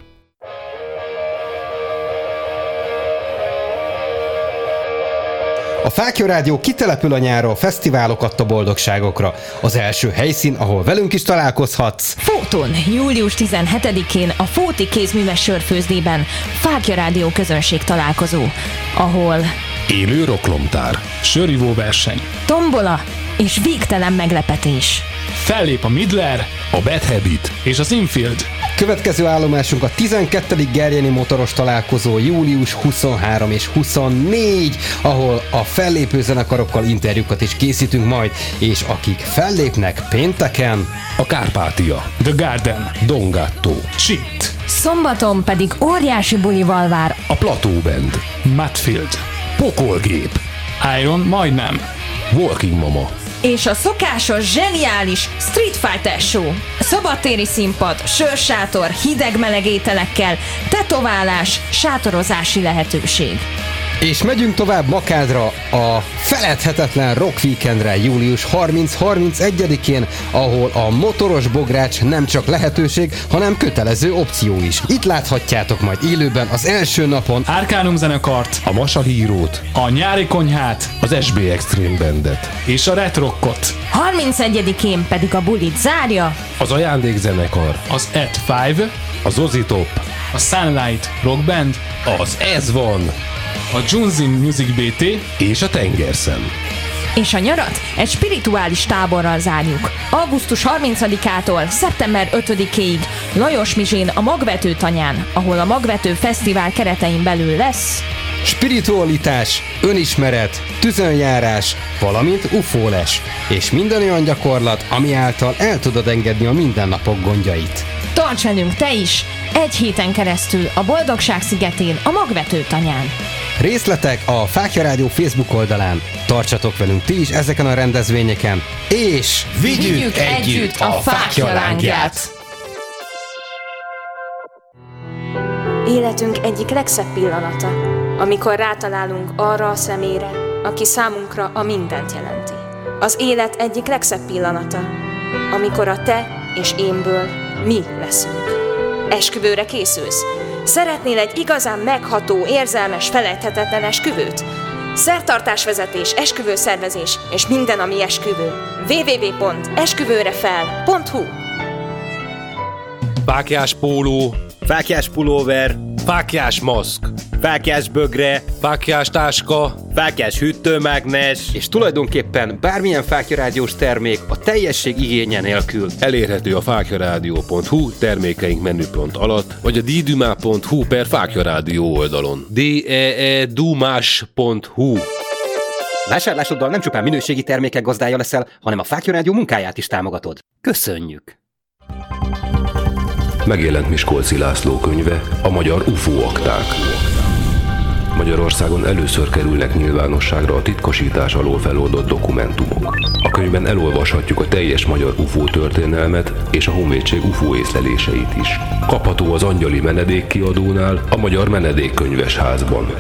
A Fákja Rádió kitelepül a nyárra, a fesztiválok adta boldogságokra. Az első helyszín, ahol velünk is találkozhatsz. Fóton, július tizenhetedikén a Fóti Kézműves Sörfőzdében Fákja Rádió közönség találkozó, ahol Élő rocklomtár. Sörivó verseny. tombola és végtelen meglepetés. Fellép a Midler, A Bad Habit. és az Infield. Következő állomásunk a tizenkettedik Gerjeni motoros találkozó július huszonharmadika és huszonnégyedike, ahol a fellépő zenekarokkal interjúkat is készítünk majd, és akik fellépnek pénteken, A Kárpátia. The Garden. Don Gatto. Cheat. Szombaton pedig óriási bulival vár A Plateau Band. Mudfield. Pokolgép. Iron majdnem. Walking Mama. és a szokásos, zseniális Street Fighter Show. Szabadtéri színpad, sörsátor, hideg-meleg ételekkel, tetoválás, sátorozási lehetőség. És megyünk tovább Makádra, a feledhetetlen Rock Weekendre július harmincadika-harmincegyedikén, ahol a motoros bogrács nem csak lehetőség, hanem kötelező opció is. Itt láthatjátok majd élőben az első napon Arcanum zenekart, A Masa Hírót. a Nyári Konyhát Az es bé Extreme Bandet. és a Retrockot. harmincegyedikén pedig a bulit zárja Az Ajándékzenekar. Az At Five, Az Ozitop. a Sunlight Rock Band, Az Ez Van. a Junzin Music bé té, És a Tengerszem. és a nyarat egy spirituális táborral zárjuk. augusztus harmincadikától szeptember ötödikéig Lajos Mizsén a Magvető tanyán, ahol a Magvető Fesztivál keretein belül lesz spiritualitás, önismeret, tüzönjárás, valamint ufólás, és minden olyan gyakorlat, ami által el tudod engedni a mindennapok gondjait. Tarts velünk te is egy héten keresztül a Boldogság szigetén, a Magvető tanyán. Részletek a Fákja Rádió Facebook oldalán. Tartsatok velünk ti is ezeken a rendezvényeken, és Vigyük együtt a fákja lángját! Életünk egyik legszebb pillanata, amikor rátalálunk arra a személyre, aki számunkra a mindent jelenti. Az élet egyik legszebb pillanata, amikor a te és énből mi leszünk. Esküvőre készülsz? Szeretnél egy igazán megható, érzelmes, felejthetetlen esküvőt? Szertartásvezetés, esküvőszervezés és minden, ami esküvő. double-u double-u double-u pont esküvőrefel pont hu Fákjás póló. Fákjás pulóver, Fákjás maszk. fákjás bögre, Fákjás táska. fákjás hűtőmágnes, és tulajdonképpen bármilyen Fákja Rádiós termék a teljesség igénye nélkül. Elérhető a fákjarádió pont hu termékeink menüpont alatt, vagy a ddumá pont hu per Fákja Rádió oldalon. d e e dumás pont hu. Vásárlásoddal nem csupán minőségi termékek gazdája leszel, hanem a Fákja Rádió munkáját is támogatod. Köszönjük! Megjelent Miskolci László könyve, a magyar ufó akták. Magyarországon először kerülnek nyilvánosságra a titkosítás alól feloldott dokumentumok. A könyvben elolvashatjuk a teljes magyar ufó történelmet és a honvédség ufó észleléseit is. Kapható az Angyali Menedék kiadónál, a Magyar Menedékkönyvesházban.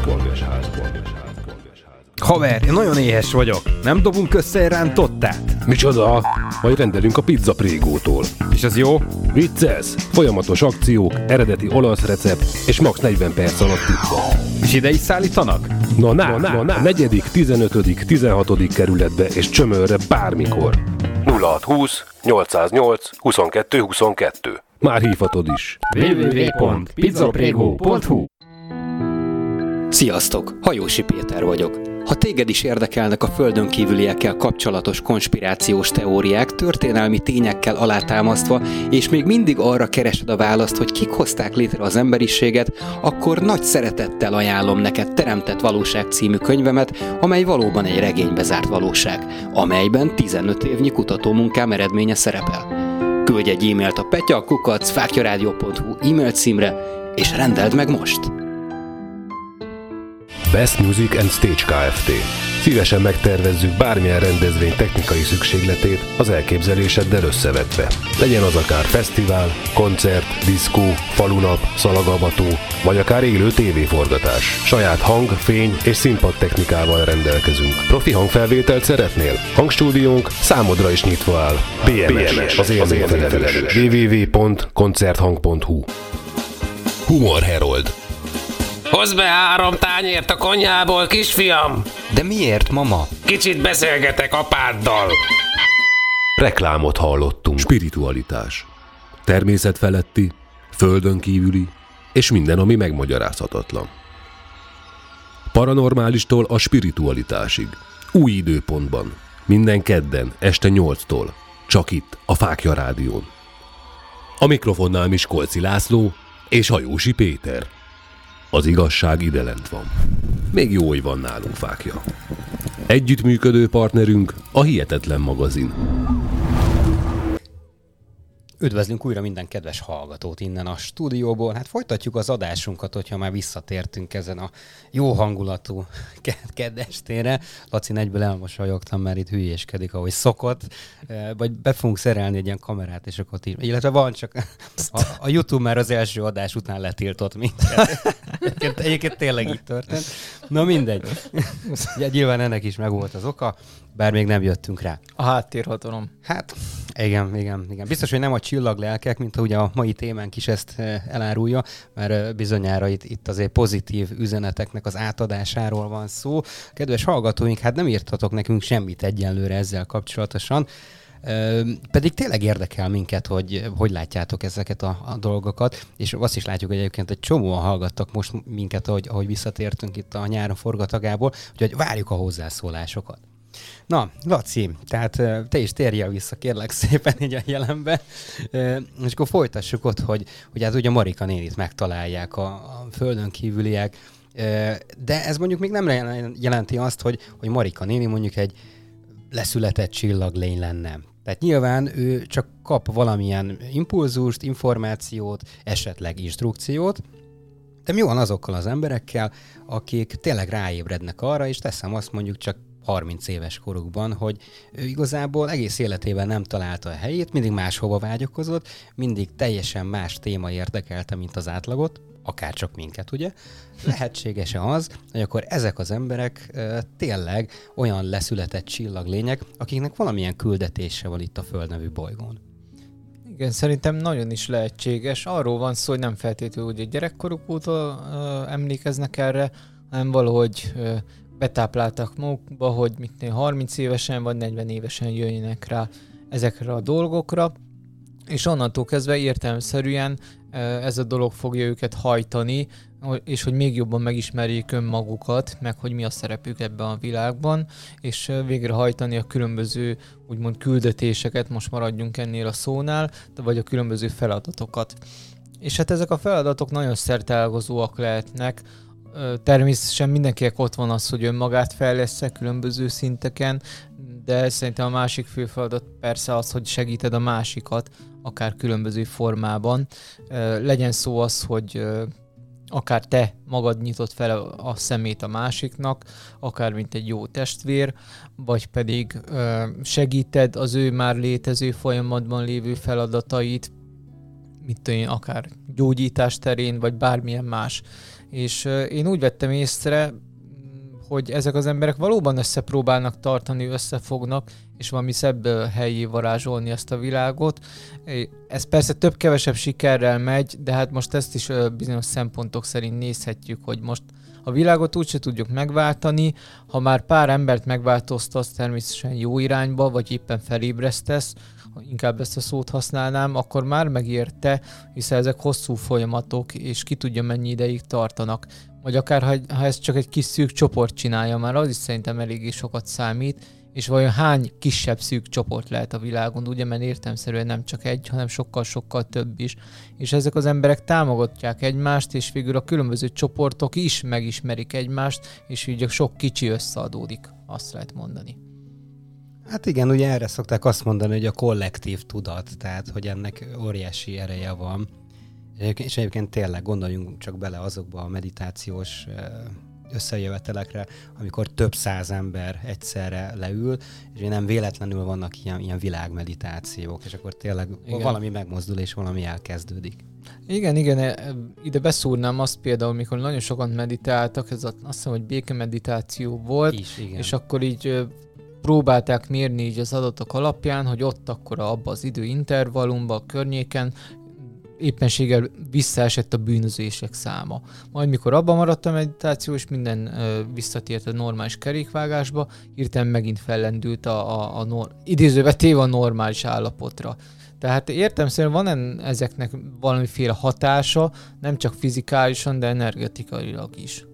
Haver, én nagyon éhes vagyok. Nem dobunk össze egy rántottát? Micsoda? Majd rendelünk a Pizza Prégótól. És az jó? Vicces! Folyamatos akciók, eredeti olasz recept és max. negyven perc alatt pizza. És ide is szállítanak? Na ná, na, ná, ná. negyedik, tizenötödik, tizenhatodik kerületbe és Csömörre bármikor. nulla hat húsz nyolcszáznyolc huszonkettő huszonkettő. Már hívhatod is. double-u double-u double-u pont pizzaprego pont hu Sziasztok! Hajósi Péter vagyok. Ha téged is érdekelnek a földön kívüliekkel kapcsolatos konspirációs teóriák, történelmi tényekkel alátámasztva, és még mindig arra keresed a választ, hogy kik hozták létre az emberiséget, akkor nagy szeretettel ajánlom neked Teremtett Valóság című könyvemet, amely valóban egy regénybe zárt valóság, amelyben tizenöt évnyi kutatómunkám eredménye szerepel. Küldj egy e-mailt a petya kukac fáklyaradio pont hu e-mail címre, és rendeld meg most! Best Music and Stage Kft. Szívesen megtervezzük bármilyen rendezvény technikai szükségletét az elképzeléseddel összevetve. Legyen az akár fesztivál, koncert, diszkó, falunap, szalagavató, vagy akár élő tévéforgatás. Saját hang, fény és színpad technikával rendelkezünk. Profi hangfelvételt szeretnél? Hangstúdiónk számodra is nyitva áll. bé em es, az élményfelelős. double-u double-u double-u pont koncerthang pont hu. Humor Herold. Hozd be három tányért a konyhából, kisfiam! De miért, mama? Kicsit beszélgetek apáddal. Reklámot hallottunk. Spiritualitás. Természetfeletti, földön kívüli, és minden, ami megmagyarázhatatlan. Paranormálistól a spiritualitásig. Új időpontban. Minden kedden, este nyolctól. Csak itt, a Fákja Rádión. A mikrofonnál Miskolci László és Hajósi Péter. Az igazság ide lent van. Még jó, hogy van nálunk Fákja. Együttműködő partnerünk a Hihetetlen magazin. Üdvözlünk újra minden kedves hallgatót innen a stúdióból. Hát folytatjuk az adásunkat, hogyha már visszatértünk ezen a jó hangulatú keddestére. Laci egyből elmosolyogtam, mert itt hülyéskedik, ahogy szokott. Vagy be fogunk szerelni egy ilyen kamerát, és akkor így. Illetve van, csak a, a YouTube már az első adás után letiltott minket. Egyébként, egyébként tényleg így történt. Na mindegy. Ugye, nyilván ennek is megvolt az oka, bár még nem jöttünk rá. A háttérhatalom. Hát, igen, igen, igen. Biztos, hogy nem a csillaglelkek, mint ahogy a mai témánk is ezt elárulja, mert bizonyára itt, itt azért pozitív üzeneteknek az átadásáról van szó. Kedves hallgatóink, hát nem írtatok nekünk semmit egyenlőre ezzel kapcsolatosan, pedig tényleg érdekel minket, hogy hogy látjátok ezeket a, a dolgokat, és azt is látjuk, hogy egyébként egy csomóan hallgattak most minket, ahogy, ahogy visszatértünk itt a nyáron forgatagából, úgyhogy várjuk a hozzászólásokat. Na, Laci, tehát te is térjél vissza, kérlek szépen így a jelenbe, és akkor folytassuk ott, hogy, hogy hát ugye Marika nénit megtalálják a, a földön kívüliek, de ez mondjuk még nem jelenti azt, hogy, hogy Marika néni mondjuk egy leszületett csillaglény lenne. Tehát nyilván ő csak kap valamilyen impulzust, információt, esetleg instrukciót, de mi van azokkal az emberekkel, akik tényleg ráébrednek arra, és teszem azt mondjuk csak harminc éves korukban, hogy ő igazából egész életében nem találta a helyét, mindig máshova vágyakozott, mindig teljesen más téma érdekelte, mint az átlagot, akár csak minket, ugye? Lehetséges-e az, hogy akkor ezek az emberek e, tényleg olyan leszületett csillaglények, akiknek valamilyen küldetése van itt a Föld nevű bolygón? Igen, szerintem nagyon is lehetséges. Arról van szó, hogy nem feltétlenül, hogy a gyerekkoruk óta uh, emlékeznek erre, hanem valahogy uh, betápláltak magukba, hogy mit harminc évesen vagy negyven évesen jöjjenek rá ezekre a dolgokra, és onnantól kezdve értelemszerűen ez a dolog fogja őket hajtani, és hogy még jobban megismerjék önmagukat, meg hogy mi a szerepük ebben a világban, és végrehajtani a különböző úgymond küldetéseket, most maradjunk ennél a szónál, vagy a különböző feladatokat. És hát ezek a feladatok nagyon szerteágazóak lehetnek. Természetesen mindenkinek ott van az, hogy önmagát fejlessze különböző szinteken, de szerintem a másik fő feladat persze az, hogy segíted a másikat, akár különböző formában. Legyen szó az, hogy akár te magad nyitod fel a szemét a másiknak, akár mint egy jó testvér, vagy pedig segíted az ő már létező folyamatban lévő feladatait, mit tudom én, akár gyógyítás terén, vagy bármilyen más. És én úgy vettem észre, hogy ezek az emberek valóban összepróbálnak tartani, összefognak, és valami szebb helyé varázsolni ezt a világot. Ez persze több-kevesebb sikerrel megy, de hát most ezt is bizonyos szempontok szerint nézhetjük, hogy most a világot úgyse tudjuk megváltani, ha már pár embert megváltoztatsz természetesen jó irányba, vagy éppen felébresztesz, inkább ezt a szót használnám, akkor már megérte, hiszen ezek hosszú folyamatok, és ki tudja mennyi ideig tartanak. vagy akár ha, ha ez csak egy kis szűk csoport csinálja, már az is szerintem eléggé sokat számít, és vajon hány kisebb szűk csoport lehet a világon, ugye, mert értelemszerűen nem csak egy, hanem sokkal-sokkal több is. És ezek az emberek támogatják egymást, és végül a különböző csoportok is megismerik egymást, és így sok kicsi összeadódik, azt lehet mondani. Hát igen, ugye erre szokták azt mondani, hogy a kollektív tudat, tehát hogy ennek óriási ereje van. És egyébként tényleg gondoljunk csak bele azokba a meditációs összejövetelekre, amikor több száz ember egyszerre leül, és nem véletlenül vannak ilyen, ilyen világmeditációk, és akkor tényleg igen. valami megmozdul, és valami elkezdődik. Igen, igen, ide beszúrnám azt például, mikor nagyon sokan meditáltak, ez azt hiszem, hogy békemeditáció volt, is, és akkor így próbálták mérni így az adatok alapján, hogy ott akkor abban az időintervallumban, a környéken éppenséggel visszaesett a bűnözések száma. Majd mikor abban maradt a meditáció, és minden ö, visszatért a normális kerékvágásba, hirtelen megint fellendült a, a, a nor- idézőbe téve a normális állapotra. Tehát értelemszerűen van en, ezeknek valamiféle hatása, nem csak fizikálisan, de energetikailag is.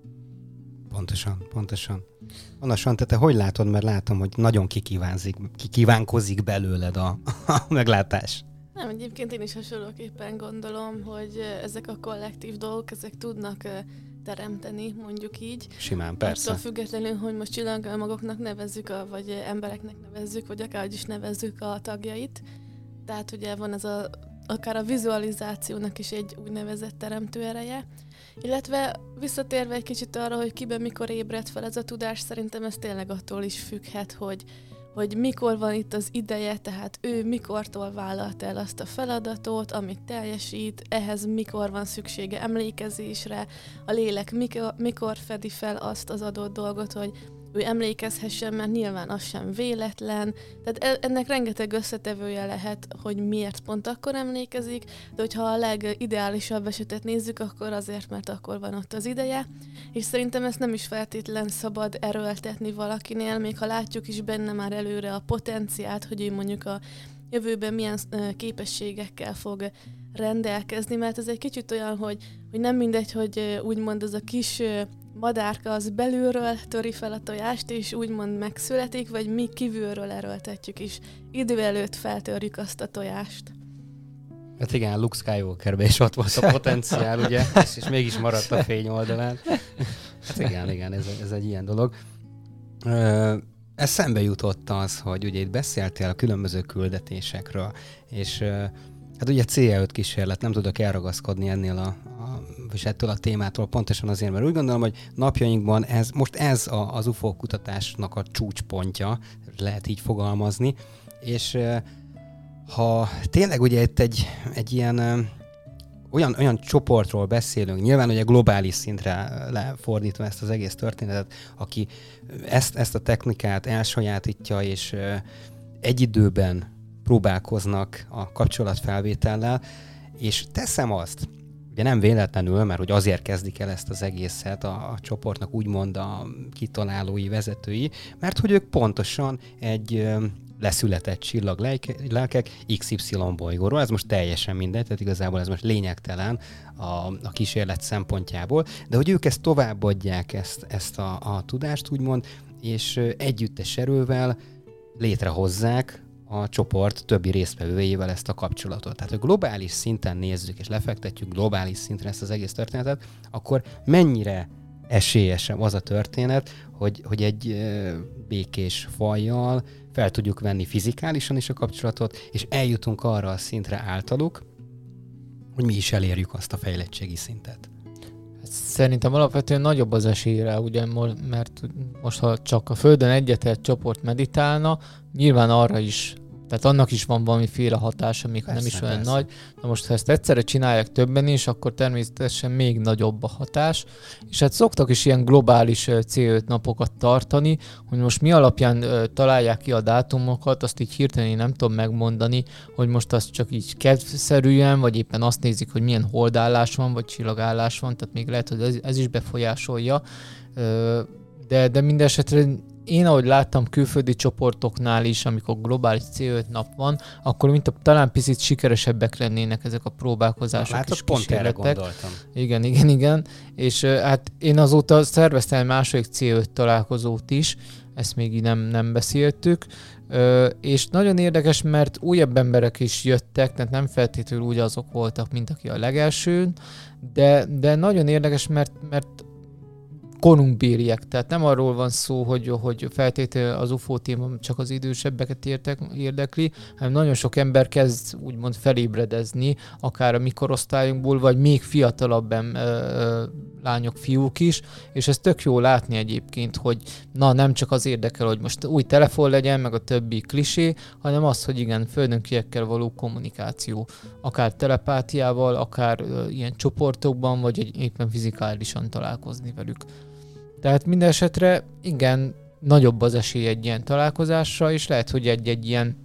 Pontosan, pontosan. Onnasan, te, te hogy látod, mert látom, hogy nagyon kikívánzik, kikívánkozik belőled a, a meglátás. Nem, egyébként én is hasonlóképpen gondolom, hogy ezek a kollektív dolgok, ezek tudnak teremteni, mondjuk így. Simán, persze. Attól függetlenül, hogy most csillagmagoknak nevezzük, a, vagy embereknek nevezzük, vagy akár is nevezzük a tagjait. Tehát ugye van ez a, akár a vizualizációnak is egy úgynevezett teremtő ereje. Illetve visszatérve egy kicsit arra, hogy kiben mikor ébred fel ez a tudás, szerintem ez tényleg attól is függhet, hogy hogy mikor van itt az ideje, tehát ő mikortól vállalt el azt a feladatot, amit teljesít, ehhez mikor van szüksége emlékezésre, a lélek mikor, mikor fedi fel azt az adott dolgot, hogy ő emlékezhessen, mert nyilván az sem véletlen. Tehát ennek rengeteg összetevője lehet, hogy miért pont akkor emlékezik, de hogyha a legideálisabb esetet nézzük, akkor azért, mert akkor van ott az ideje. És szerintem ezt nem is feltétlen szabad erőltetni valakinél, még ha látjuk is benne már előre a potenciált, hogy ő mondjuk a jövőben milyen képességekkel fog rendelkezni, mert ez egy kicsit olyan, hogy, hogy nem mindegy, hogy úgymond az a kis madárka az belülről töri fel a tojást, és úgymond megszületik, vagy mi kívülről erőltetjük is. Idő előtt feltörjük azt a tojást. Hát igen, Luke Skywalkerben is ott volt a potenciál, ugye, és, és mégis maradt a fény oldalán. Hát igen, igen, ez, ez egy ilyen dolog. Ez szembe jutott az, hogy ugye itt beszéltél a különböző küldetésekről, és hát ugye cé öt kísérlet, nem tudok elragaszkodni ennél a, a, és ettől a témától pontosan azért, mert úgy gondolom, hogy napjainkban ez, most ez a, az u f o kutatásnak a csúcspontja, lehet így fogalmazni, és ha tényleg ugye itt egy, egy ilyen olyan, olyan csoportról beszélünk, nyilván ugye globális szintre lefordítva ezt az egész történetet, aki ezt, ezt a technikát elsajátítja, és egy időben próbálkoznak a kapcsolatfelvétellel, és teszem azt, ugye nem véletlenül, mert hogy azért kezdik el ezt az egészet a, a csoportnak úgymond a kitalálói, vezetői, mert hogy ők pontosan egy ö, leszületett csillag lelke, lelkek iksz ipszilon bolygóról, ez most teljesen mindegy, tehát igazából ez most lényegtelen a, a kísérlet szempontjából, de hogy ők ezt továbbadják, ezt, ezt a, a tudást úgymond, és ö, együttes erővel létrehozzák a csoport többi résztvevőjével ezt a kapcsolatot. Tehát, hogy globális szinten nézzük, és lefektetjük globális szintre ezt az egész történetet, akkor mennyire esélyesebb az a történet, hogy, hogy egy békés fajjal fel tudjuk venni fizikálisan is a kapcsolatot, és eljutunk arra a szintre általuk, hogy mi is elérjük azt a fejlettségi szintet. Szerintem alapvetően nagyobb az esélyre, ugye, mert most ha csak a Földön egyetlen csoport meditálna, nyilván arra is, tehát annak is van valamiféle hatása, még persze, ha nem is olyan persze. nagy. Na most, ha ezt egyszerre csinálják többen is, akkor természetesen még nagyobb a hatás. És hát szoktak is ilyen globális cé öt napokat tartani, hogy most mi alapján uh, találják ki a dátumokat, azt így hirtelen én nem tudom megmondani, hogy most azt csak így kedvszerűen, vagy éppen azt nézik, hogy milyen holdállás van, vagy csillagállás van, tehát még lehet, hogy ez, ez is befolyásolja. Uh, de, de minden esetre én ahogy láttam külföldi csoportoknál is, amikor globális cé öt nap van, akkor mint a, talán picit sikeresebbek lennének ezek a próbálkozások Látok, és pont erre kísérletek. gondoltam. Igen, igen, igen. És uh, hát én azóta szerveztem egy második cé öt találkozót is, ezt még így nem, nem beszéltük, uh, és nagyon érdekes, mert újabb emberek is jöttek, tehát nem feltétlenül úgy azok voltak, mint aki a legelsőn, de, de nagyon érdekes, mert, mert korunkbériek, tehát nem arról van szó, hogy, hogy feltétlenül az u ef o téma csak az idősebbeket értek, érdekli, hanem nagyon sok ember kezd úgymond felébredezni, akár a mi korosztályunkból, vagy még fiatalabb em, ö, lányok, fiúk is, és ez tök jó látni egyébként, hogy na nem csak az érdekel, hogy most új telefon legyen, meg a többi klisé, hanem az, hogy igen, földönkiekkel való kommunikáció, akár telepátiával, akár ö, ilyen csoportokban, vagy egy, éppen fizikálisan találkozni velük. Tehát minden esetre igen, nagyobb az esély egy ilyen találkozásra, és lehet, hogy egy-egy ilyen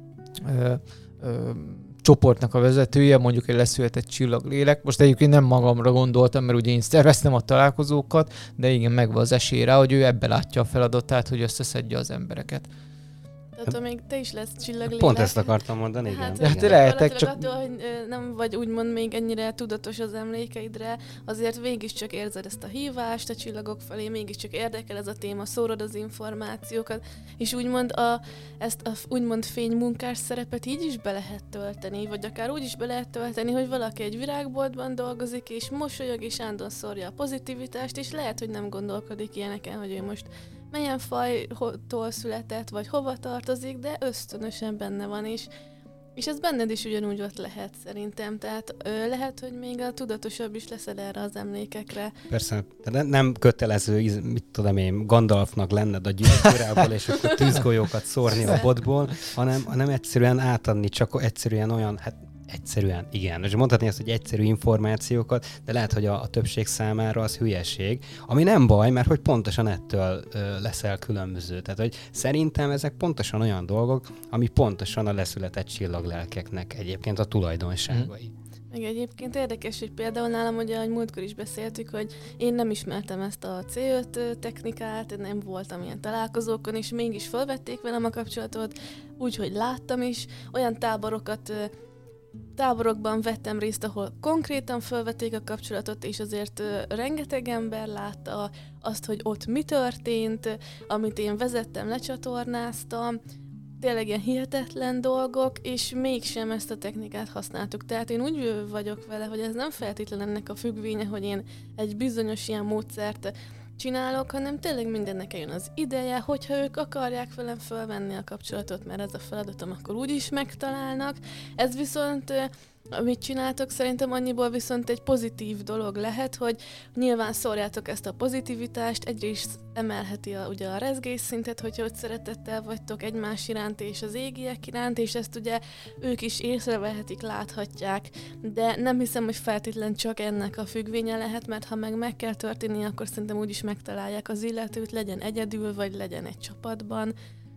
ö, ö, csoportnak a vezetője, mondjuk egy leszületett csillaglélek. Most egyébként nem magamra gondoltam, mert ugye én szerveztem a találkozókat, de igen, megvan az esély rá, hogy ő ebbe látja a feladatát, hogy összeszedje az embereket. Tehát még te is lesz csillaglélek. Pont ezt akartam mondani, igen. Hát, Hát igen. lehetek, csak... Attól, hogy ö, nem vagy úgymond még ennyire tudatos az emlékeidre, azért mégiscsak érzed ezt a hívást a csillagok felé, mégiscsak érdekel ez a téma, szórod az információkat, és úgymond a, ezt a úgymond fénymunkás szerepet így is be lehet tölteni, vagy akár úgy is be lehet tölteni, hogy valaki egy virágboltban dolgozik, és mosolyog, és ándon szórja a pozitivitást, és lehet, hogy nem gondolkodik ilyeneken, hogy ő most melyen fajtól született, vagy hova tartozik, de ösztönösen benne van is. És ez benned is ugyanúgy ott lehet szerintem, tehát ö, lehet, hogy még a tudatosabb is leszel erre az emlékekre. Persze, de nem kötelező, mit tudom én, Gandalfnak lenned a gyűjtőrából, és akkor tűzgolyókat szórni a botból, hanem, hanem egyszerűen átadni, csak egyszerűen olyan, hát egyszerűen, igen. És mondhatni azt, hogy egyszerű információkat, de lehet, hogy a, a többség számára az hülyeség, ami nem baj, mert hogy pontosan ettől ö, leszel különböző. Tehát, hogy szerintem ezek pontosan olyan dolgok, ami pontosan a leszületett csillaglelkeknek egyébként a tulajdonságai. Mm. Meg egyébként érdekes, hogy például nálam, ugye, ahogy múltkor is beszéltük, hogy én nem ismertem ezt a cé öt technikát, nem voltam ilyen találkozókon, és mégis felvették velem a kapcsolatot, úgyhogy láttam is, olyan táborokat táborokban vettem részt, ahol konkrétan felvették a kapcsolatot, és azért uh, rengeteg ember látta azt, hogy ott mi történt, amit én vezettem, lecsatornáztam, tényleg ilyen hihetetlen dolgok, és mégsem ezt a technikát használtuk. Tehát én úgy vagyok vele, hogy ez nem feltétlenül ennek a függvénye, hogy én egy bizonyos ilyen módszert csinálok, hanem tényleg mindennek eljön az ideje, hogyha ők akarják velem fölvenni a kapcsolatot, mert ez a feladatom, akkor úgyis megtalálnak. Ez viszont, amit csináltok, szerintem annyiból viszont egy pozitív dolog lehet, hogy nyilván szórjátok ezt a pozitivitást, egyrészt emelheti a, ugye a rezgésszintet, hogyha ott szeretettel vagytok egymás iránt és az égiek iránt, és ezt ugye ők is észrevehetik, láthatják, de nem hiszem, hogy feltétlen csak ennek a függvénye lehet, mert ha meg meg kell történni, akkor szerintem úgyis megtalálják az illetőt, legyen egyedül, vagy legyen egy csapatban.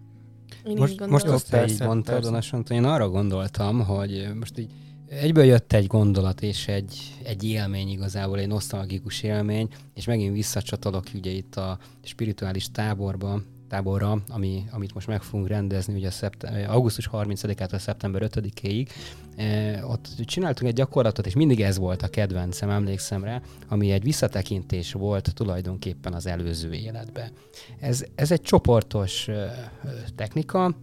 Én most most azt, hogy így mondtad, Anasonton, én arra gondoltam, hogy most így egyből jött egy gondolat és egy, egy élmény igazából, egy nosztalgikus élmény, és megint visszacsatolok ugye itt a spirituális táborba, táborra, ami, amit most meg fogunk rendezni, ugye szeptem- augusztus harmincadikától szeptember ötödikéig. E, ott csináltunk egy gyakorlatot, és mindig ez volt a kedvencem, emlékszem rá, ami egy visszatekintés volt tulajdonképpen az előző életbe. Ez, ez egy csoportos e, technika,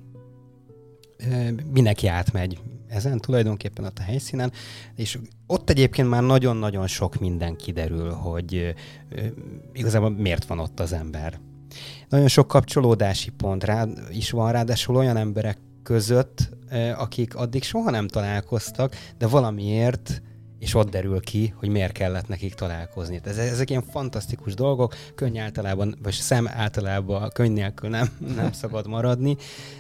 e, mindenki átmegy ezen tulajdonképpen ott a helyszínen, és ott egyébként már nagyon-nagyon sok minden kiderül, hogy e, igazából miért van ott az ember. Nagyon sok kapcsolódási pont rá, is van, ráadásul olyan emberek között, akik addig soha nem találkoztak, de valamiért, és ott derül ki, hogy miért kellett nekik találkozni. Ez, ezek ilyen fantasztikus dolgok, könny általában, vagy szem általában könny nélkül nem, nem szabad maradni,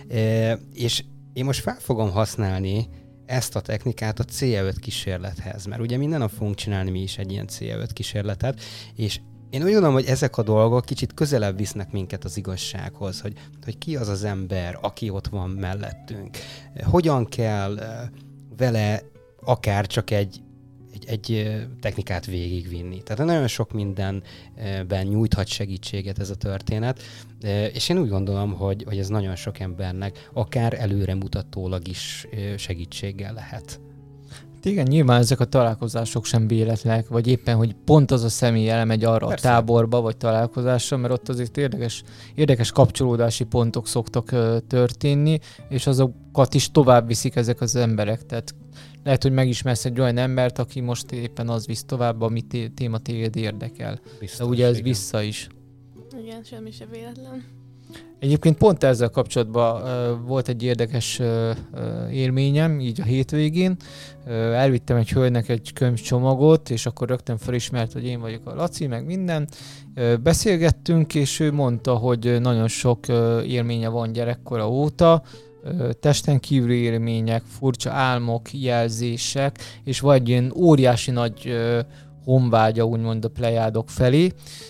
és én most fel fogom használni ezt a technikát a cé öt kísérlethez, mert ugye minden nap fogunk csinálni mi is egy ilyen cé öt kísérletet, és én úgy gondolom, hogy ezek a dolgok kicsit közelebb visznek minket az igazsághoz, hogy, hogy ki az az ember, aki ott van mellettünk. Hogyan kell vele akár csak egy, egy egy, egy technikát végigvinni. Tehát nagyon sok mindenben nyújthat segítséget ez a történet, és én úgy gondolom, hogy, hogy ez nagyon sok embernek akár előremutatólag is segítséggel lehet. Igen, nyilván ezek a találkozások sem véletlenek, vagy éppen, hogy pont az a személy elmegy arra Persze. a táborba, vagy találkozásra, mert ott azért érdekes, érdekes kapcsolódási pontok szoktak uh, történni, és azokat is tovább viszik ezek az emberek. Tehát lehet, hogy megismersz egy olyan embert, aki most éppen az visz tovább, ami té- téma téged érdekel. Biztos, de ugye ez igen. vissza is. Igen, semmi se véletlen. Egyébként pont ezzel kapcsolatban uh, volt egy érdekes uh, uh, élményem, így a hétvégén. Uh, elvittem egy hölgynek egy könyvcsomagot, és akkor rögtön felismert, hogy én vagyok a Laci, meg minden. Uh, beszélgettünk, és ő mondta, hogy nagyon sok uh, élménye van gyerekkora óta, uh, testen kívüli élmények, furcsa álmok, jelzések, és vagy ilyen óriási nagy uh, honvágya, úgymond a plejádok felé,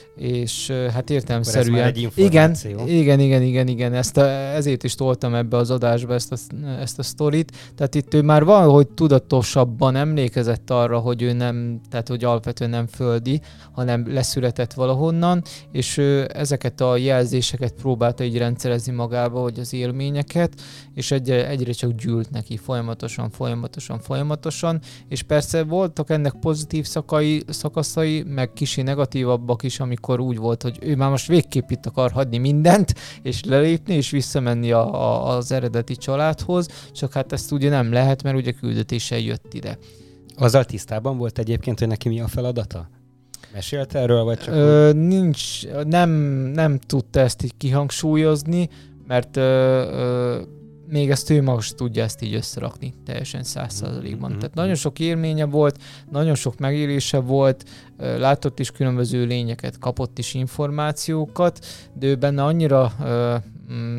és hát értelemszerűen... Igen, igen, igen, igen, igen, ezt a, ezért is toltam ebbe az adásba ezt a, ezt a sztorit. Tehát itt ő már valahogy tudatosabban emlékezett arra, hogy ő nem, tehát hogy alapvetően nem földi, hanem leszületett valahonnan, és ő ezeket a jelzéseket próbálta így rendszerezni magába, hogy az élményeket, és egyre, egyre csak gyűlt neki folyamatosan, folyamatosan, folyamatosan, és persze voltak ennek pozitív szakai, szakaszai, meg kicsi negatívabbak is, amikor úgy volt, hogy ő már most végképp itt akar hagyni mindent, és lelépni, és visszamenni a, a, az eredeti családhoz, csak hát ezt ugye nem lehet, mert ugye küldetéssel jött ide. Azzal tisztában volt egyébként, hogy neki mi a feladata? Mesélt erről, vagy csak ö, úgy? Nincs, nem, nem tudta ezt így kihangsúlyozni, mert ö, ö, még ezt ő maga tudja ezt így összerakni teljesen száz százalékban. Mm-hmm. Tehát nagyon sok élménye volt, nagyon sok megélése volt, látott is különböző lényeket, kapott is információkat, de ő benne annyira ö, ö,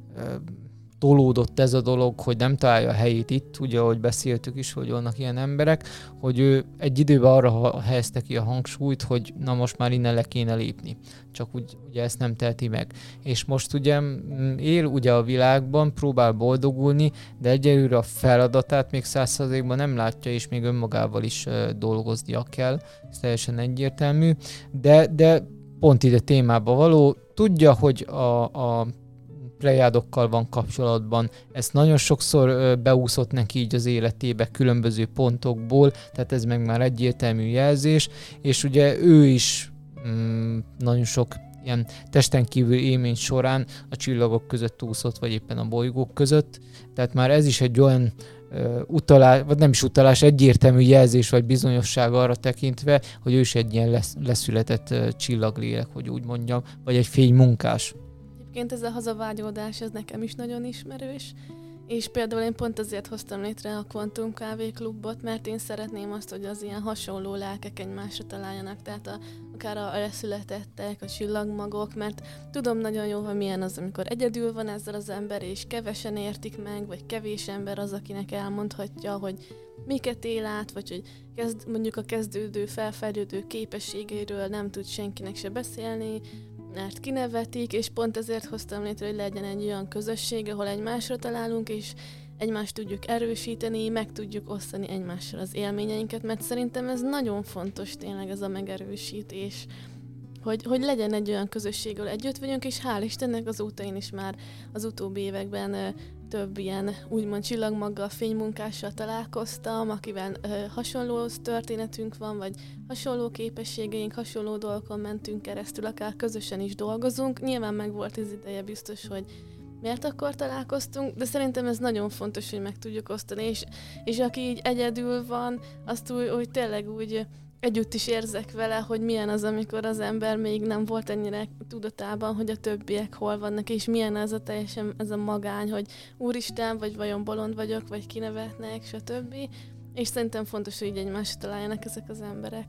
tolódott ez a dolog, hogy nem találja a helyét itt, ugye, ahogy beszéltük is, hogy vannak ilyen emberek, hogy ő egy időben arra helyezte ki a hangsúlyt, hogy na most már innen le kéne lépni. Csak úgy, ugye ezt nem teheti meg. És most ugye él ugye a világban, próbál boldogulni, de egyelőre a feladatát még száz százalékban nem látja, és még önmagával is uh, dolgoznia kell. Ez teljesen egyértelmű. De, de pont ide témába való. Tudja, hogy a, a plejádokkal van kapcsolatban. Ezt nagyon sokszor ö, beúszott neki így az életébe különböző pontokból, tehát ez meg már egyértelmű jelzés, és ugye ő is mm, nagyon sok ilyen testen kívül élmény során a csillagok között úszott, vagy éppen a bolygók között, tehát már ez is egy olyan ö, utalás, vagy nem is utalás, egyértelmű jelzés, vagy bizonyosság arra tekintve, hogy ő is egy ilyen lesz, leszületett ö, csillaglélek, hogy úgy mondjam, vagy egy fénymunkás. Egyébként ez a hazavágyódás, ez nekem is nagyon ismerős, és például én pont azért hoztam létre a Quantum Kávé Klubot, mert én szeretném azt, hogy az ilyen hasonló lelkek egymásra találjanak, tehát a, akár a leszületettek, a csillagmagok, mert tudom nagyon jó, hogy milyen az, amikor egyedül van ezzel az ember, és kevesen értik meg, vagy kevés ember az, akinek elmondhatja, hogy miket él át, vagy hogy kezd, mondjuk a kezdődő, felfejlődő képességeiről nem tud senkinek se beszélni, mert kinevetik, és pont ezért hoztam létre, hogy legyen egy olyan közösség, ahol egymásra találunk, és egymást tudjuk erősíteni, meg tudjuk osztani egymással az élményeinket, mert szerintem ez nagyon fontos tényleg ez a megerősítés, hogy, hogy legyen egy olyan közösség, ahol együtt vagyunk, és hál' Istennek azóta én is már az utóbbi években ö, több ilyen úgymond csillagmaggal, fénymunkással találkoztam, akivel ö, hasonló történetünk van, vagy hasonló képességeink, hasonló dolgokon mentünk keresztül, akár közösen is dolgozunk. Nyilván meg volt az ideje biztos, hogy miért akkor találkoztunk, de szerintem ez nagyon fontos, hogy meg tudjuk osztani, és, és aki így egyedül van, azt úgy, úgy tényleg úgy együtt is érzek vele, hogy milyen az, amikor az ember még nem volt ennyire tudatában, hogy a többiek hol vannak, és milyen ez a teljesen ez a magány, hogy úristen, vagy vajon bolond vagyok, vagy kinevetnek, stb. És szerintem fontos, hogy így egymásra találjanak ezek az emberek.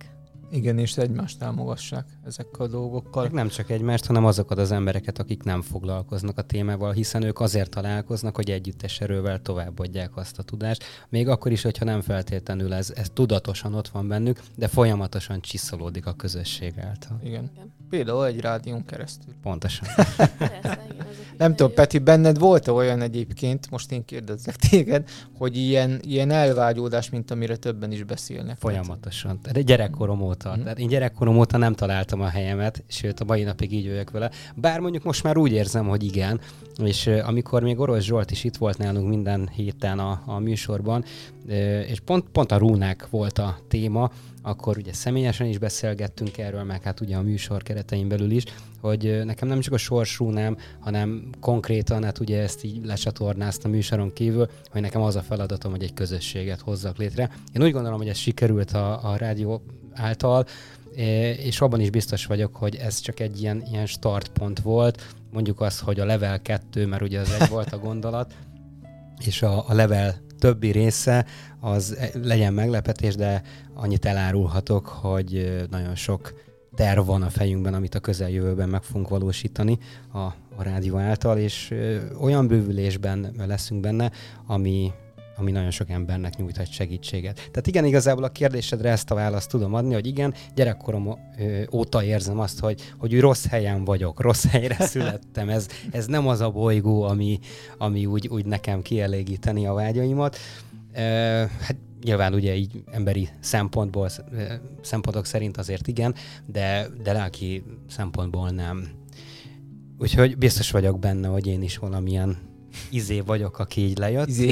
Igen, és egymást támogassák ezekkel a dolgokkal. Meg nem csak egymást, hanem azokat az embereket, akik nem foglalkoznak a témával, hiszen ők azért találkoznak, hogy együttes erővel továbbadják azt a tudást, még akkor is, hogyha nem feltétlenül ez, ez tudatosan ott van bennük, de folyamatosan csiszolódik a közösség által. Igen. Igen. Például egy rádión keresztül. Pontosan. Persze, igen, nem tudom, Peti, benned volt-e olyan egyébként, most én kérdezzek téged, hogy ilyen, ilyen elvágyódás, mint amire többen is beszélnek? Folyamatosan. Tehát gyerekkorom óta. Mm. Tehát én gyerekkorom óta nem találtam a helyemet, sőt a mai napig így vagyok vele. Bár mondjuk most már úgy érzem, hogy igen, és uh, amikor még Orosz Zsolt is itt volt nálunk minden héten a, a műsorban, uh, és pont, pont a rúnák volt a téma, akkor ugye személyesen is beszélgettünk erről, meg hát ugye a műsor keretein belül is, hogy nekem nem csak a sorsrúnám, hanem konkrétan, hát ugye ezt így lecsatornáztam műsoron kívül, hogy nekem az a feladatom, hogy egy közösséget hozzak létre. Én úgy gondolom, hogy ez sikerült a, a rádió által, és abban is biztos vagyok, hogy ez csak egy ilyen, ilyen startpont volt, mondjuk az, hogy a level kettő, mert ugye az egy volt a gondolat, és a, a level többi része az legyen meglepetés, de annyit elárulhatok, hogy nagyon sok terv van a fejünkben, amit a közeljövőben meg fogunk valósítani a, a rádió által, és ö, olyan bővülésben leszünk benne, ami, ami nagyon sok embernek nyújthat segítséget. Tehát igen, igazából a kérdésedre ezt a választ tudom adni, hogy igen, gyerekkorom ö, óta érzem azt, hogy, hogy rossz helyen vagyok, rossz helyre születtem. Ez, ez nem az a bolygó, ami, ami úgy, úgy nekem kielégíteni a vágyaimat. Ö, hát nyilván ugye így emberi szempontból, szempontok szerint azért igen, de, de lelki szempontból nem. Úgyhogy biztos vagyok benne, hogy én is valamilyen izé vagyok, aki így lejött. Izé.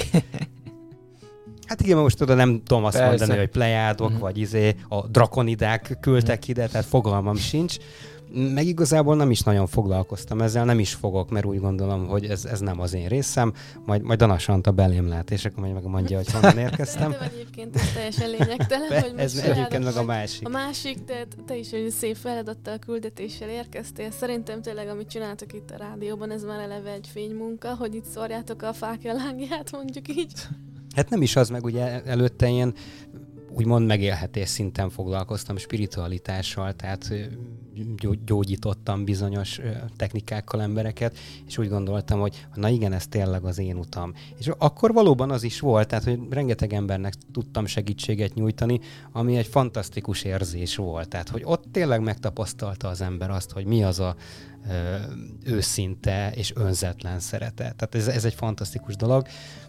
Hát igen, most tudod, nem tudom azt Persze. mondani, hogy plejádok, uh-huh. vagy izé, a drakonidák küldtek uh-huh. ide, tehát fogalmam sincs. Meg igazából nem is nagyon foglalkoztam ezzel, nem is fogok, mert úgy gondolom, hogy ez, ez nem az én részem, majd, majd Dana Santa belém lát, és akkor majd megmondja, hogy honnan érkeztem. De egyébként ez teljesen lényegtelen, hogy ez egyébként meg a másik. A másik, de te is egy szép feladattal, küldetéssel érkeztél. Szerintem tényleg, amit csináltok itt a rádióban, ez már eleve egy fénymunka, hogy itt szórjátok a fákja lángját, mondjuk így. Hát nem is az, meg ugye előtte én úgymond megélhetés szinten foglalkoztam spiritualitással, tehát gyógyítottam bizonyos technikákkal embereket, és úgy gondoltam, hogy na igen, ez tényleg az én utam. És akkor valóban az is volt, tehát hogy rengeteg embernek tudtam segítséget nyújtani, ami egy fantasztikus érzés volt. Tehát, hogy ott tényleg megtapasztalta az ember azt, hogy mi az a ö, őszinte és önzetlen szeretet. Tehát ez, ez egy fantasztikus dolog.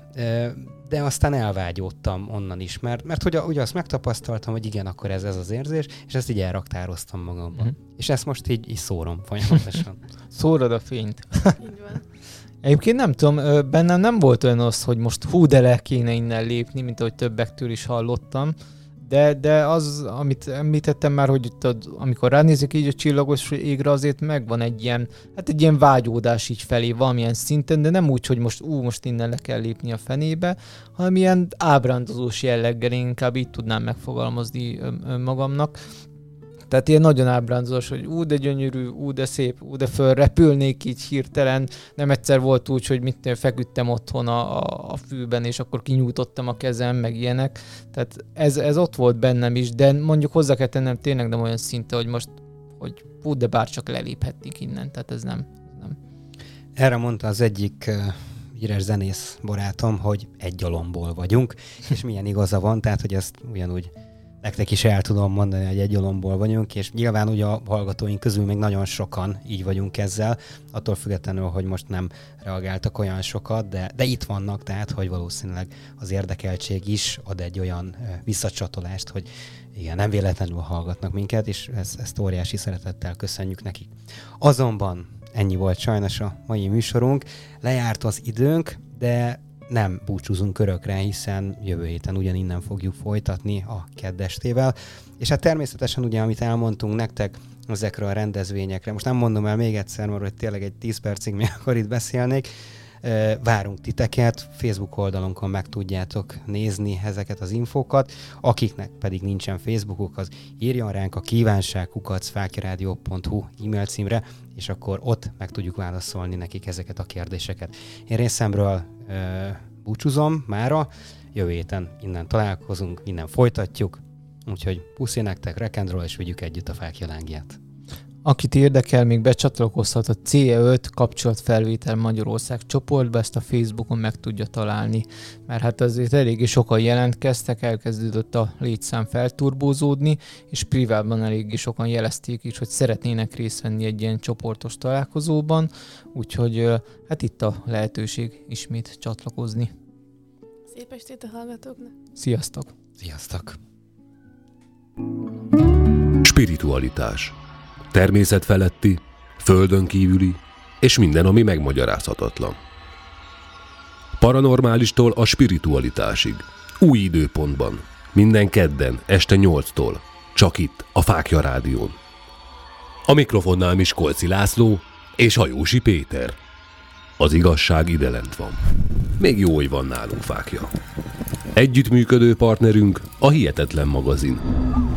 De aztán elvágyódtam onnan is, mert, mert hogy ugye azt megtapasztaltam, hogy igen, akkor ez ez az érzés, és ezt így elraktároztam magamban. Mm. És ezt most így, így szórom folyamatosan. Szórod a fényt. Így van. Egyébként nem tudom, bennem nem volt olyan az, hogy most hú, de le kéne innen lépni, mint ahogy többektől is hallottam, de, de az, amit említettem már, hogy itt, amikor ránézek így a csillagos égre, azért megvan egy ilyen, hát egy ilyen vágyódás így felé valamilyen szinten, de nem úgy, hogy most ú, most innen le kell lépni a fenébe, hanem ilyen ábrándozós jelleggel, én inkább így tudnám megfogalmazni magamnak. Tehát ilyen nagyon ábrándozós, hogy ú, de gyönyörű, ú, de szép, ú, de fölrepülnék így hirtelen. Nem egyszer volt úgy, hogy mit feküdtem otthon a, a, a fűben, és akkor kinyújtottam a kezem, meg ilyenek. Tehát ez, ez ott volt bennem is, de mondjuk hozzá kell tennem tényleg nem olyan szinte, hogy most, hogy ú, de bár csak leléphetnék innen, tehát ez nem. nem. Erre mondta az egyik uh, híres zenész barátom, hogy egy gyalomból vagyunk, és milyen igaza van, tehát hogy ezt ugyanúgy nektek is el tudom mondani, hogy egy gyalomból vagyunk, és nyilván ugye a hallgatóink közül még nagyon sokan így vagyunk ezzel, attól függetlenül, hogy most nem reagáltak olyan sokat, de, de itt vannak, tehát hogy valószínűleg az érdekeltség is ad egy olyan visszacsatolást, hogy igen, nem véletlenül hallgatnak minket, és ezt, ezt óriási szeretettel köszönjük nekik. Azonban ennyi volt sajnos a mai műsorunk, lejárt az időnk, de nem búcsúzunk örökre, hiszen jövő héten ugyaninnen fogjuk folytatni a keddestével. És hát természetesen ugye, amit elmondtunk nektek ezekről a rendezvényekre, most nem mondom el még egyszer, mert hogy tényleg egy tíz percig mi akkor itt beszélnék, várunk titeket, Facebook oldalunkon meg tudjátok nézni ezeket az infókat, akiknek pedig nincsen Facebookuk, az írjon ránk a kívánság kukac fákjaradio pont hu e-mail címre, és akkor ott meg tudjuk válaszolni nekik ezeket a kérdéseket. Én részemről uh, búcsúzom mára, jövő héten innen találkozunk, innen folytatjuk. Úgyhogy puszi nektek, rock and roll, és vigyük együtt a fákja lángját. Akit érdekel, még becsatlakozhat a C E öt kapcsolatfelvétel Magyarország csoportba, ezt a Facebookon meg tudja találni, mert hát azért eléggé sokan jelentkeztek, elkezdődött a létszám felturbózódni, és privátban eléggé sokan jelezték is, hogy szeretnének részt venni egy ilyen csoportos találkozóban, úgyhogy hát itt a lehetőség ismét csatlakozni. Szép estét a hallgatóknak! Sziasztok! Sziasztok! Spiritualitás. Természetfeletti, földön kívüli, és minden, ami megmagyarázhatatlan. Paranormálistól a spiritualitásig. Új időpontban. Minden kedden, este nyolctól. Csak itt, a Fákja Rádión. A mikrofonnál Miskolci László és Hajósi Péter. Az igazság ide lent van. Még jó, hogy van nálunk fákja. Együttműködő partnerünk a Hihetetlen magazin.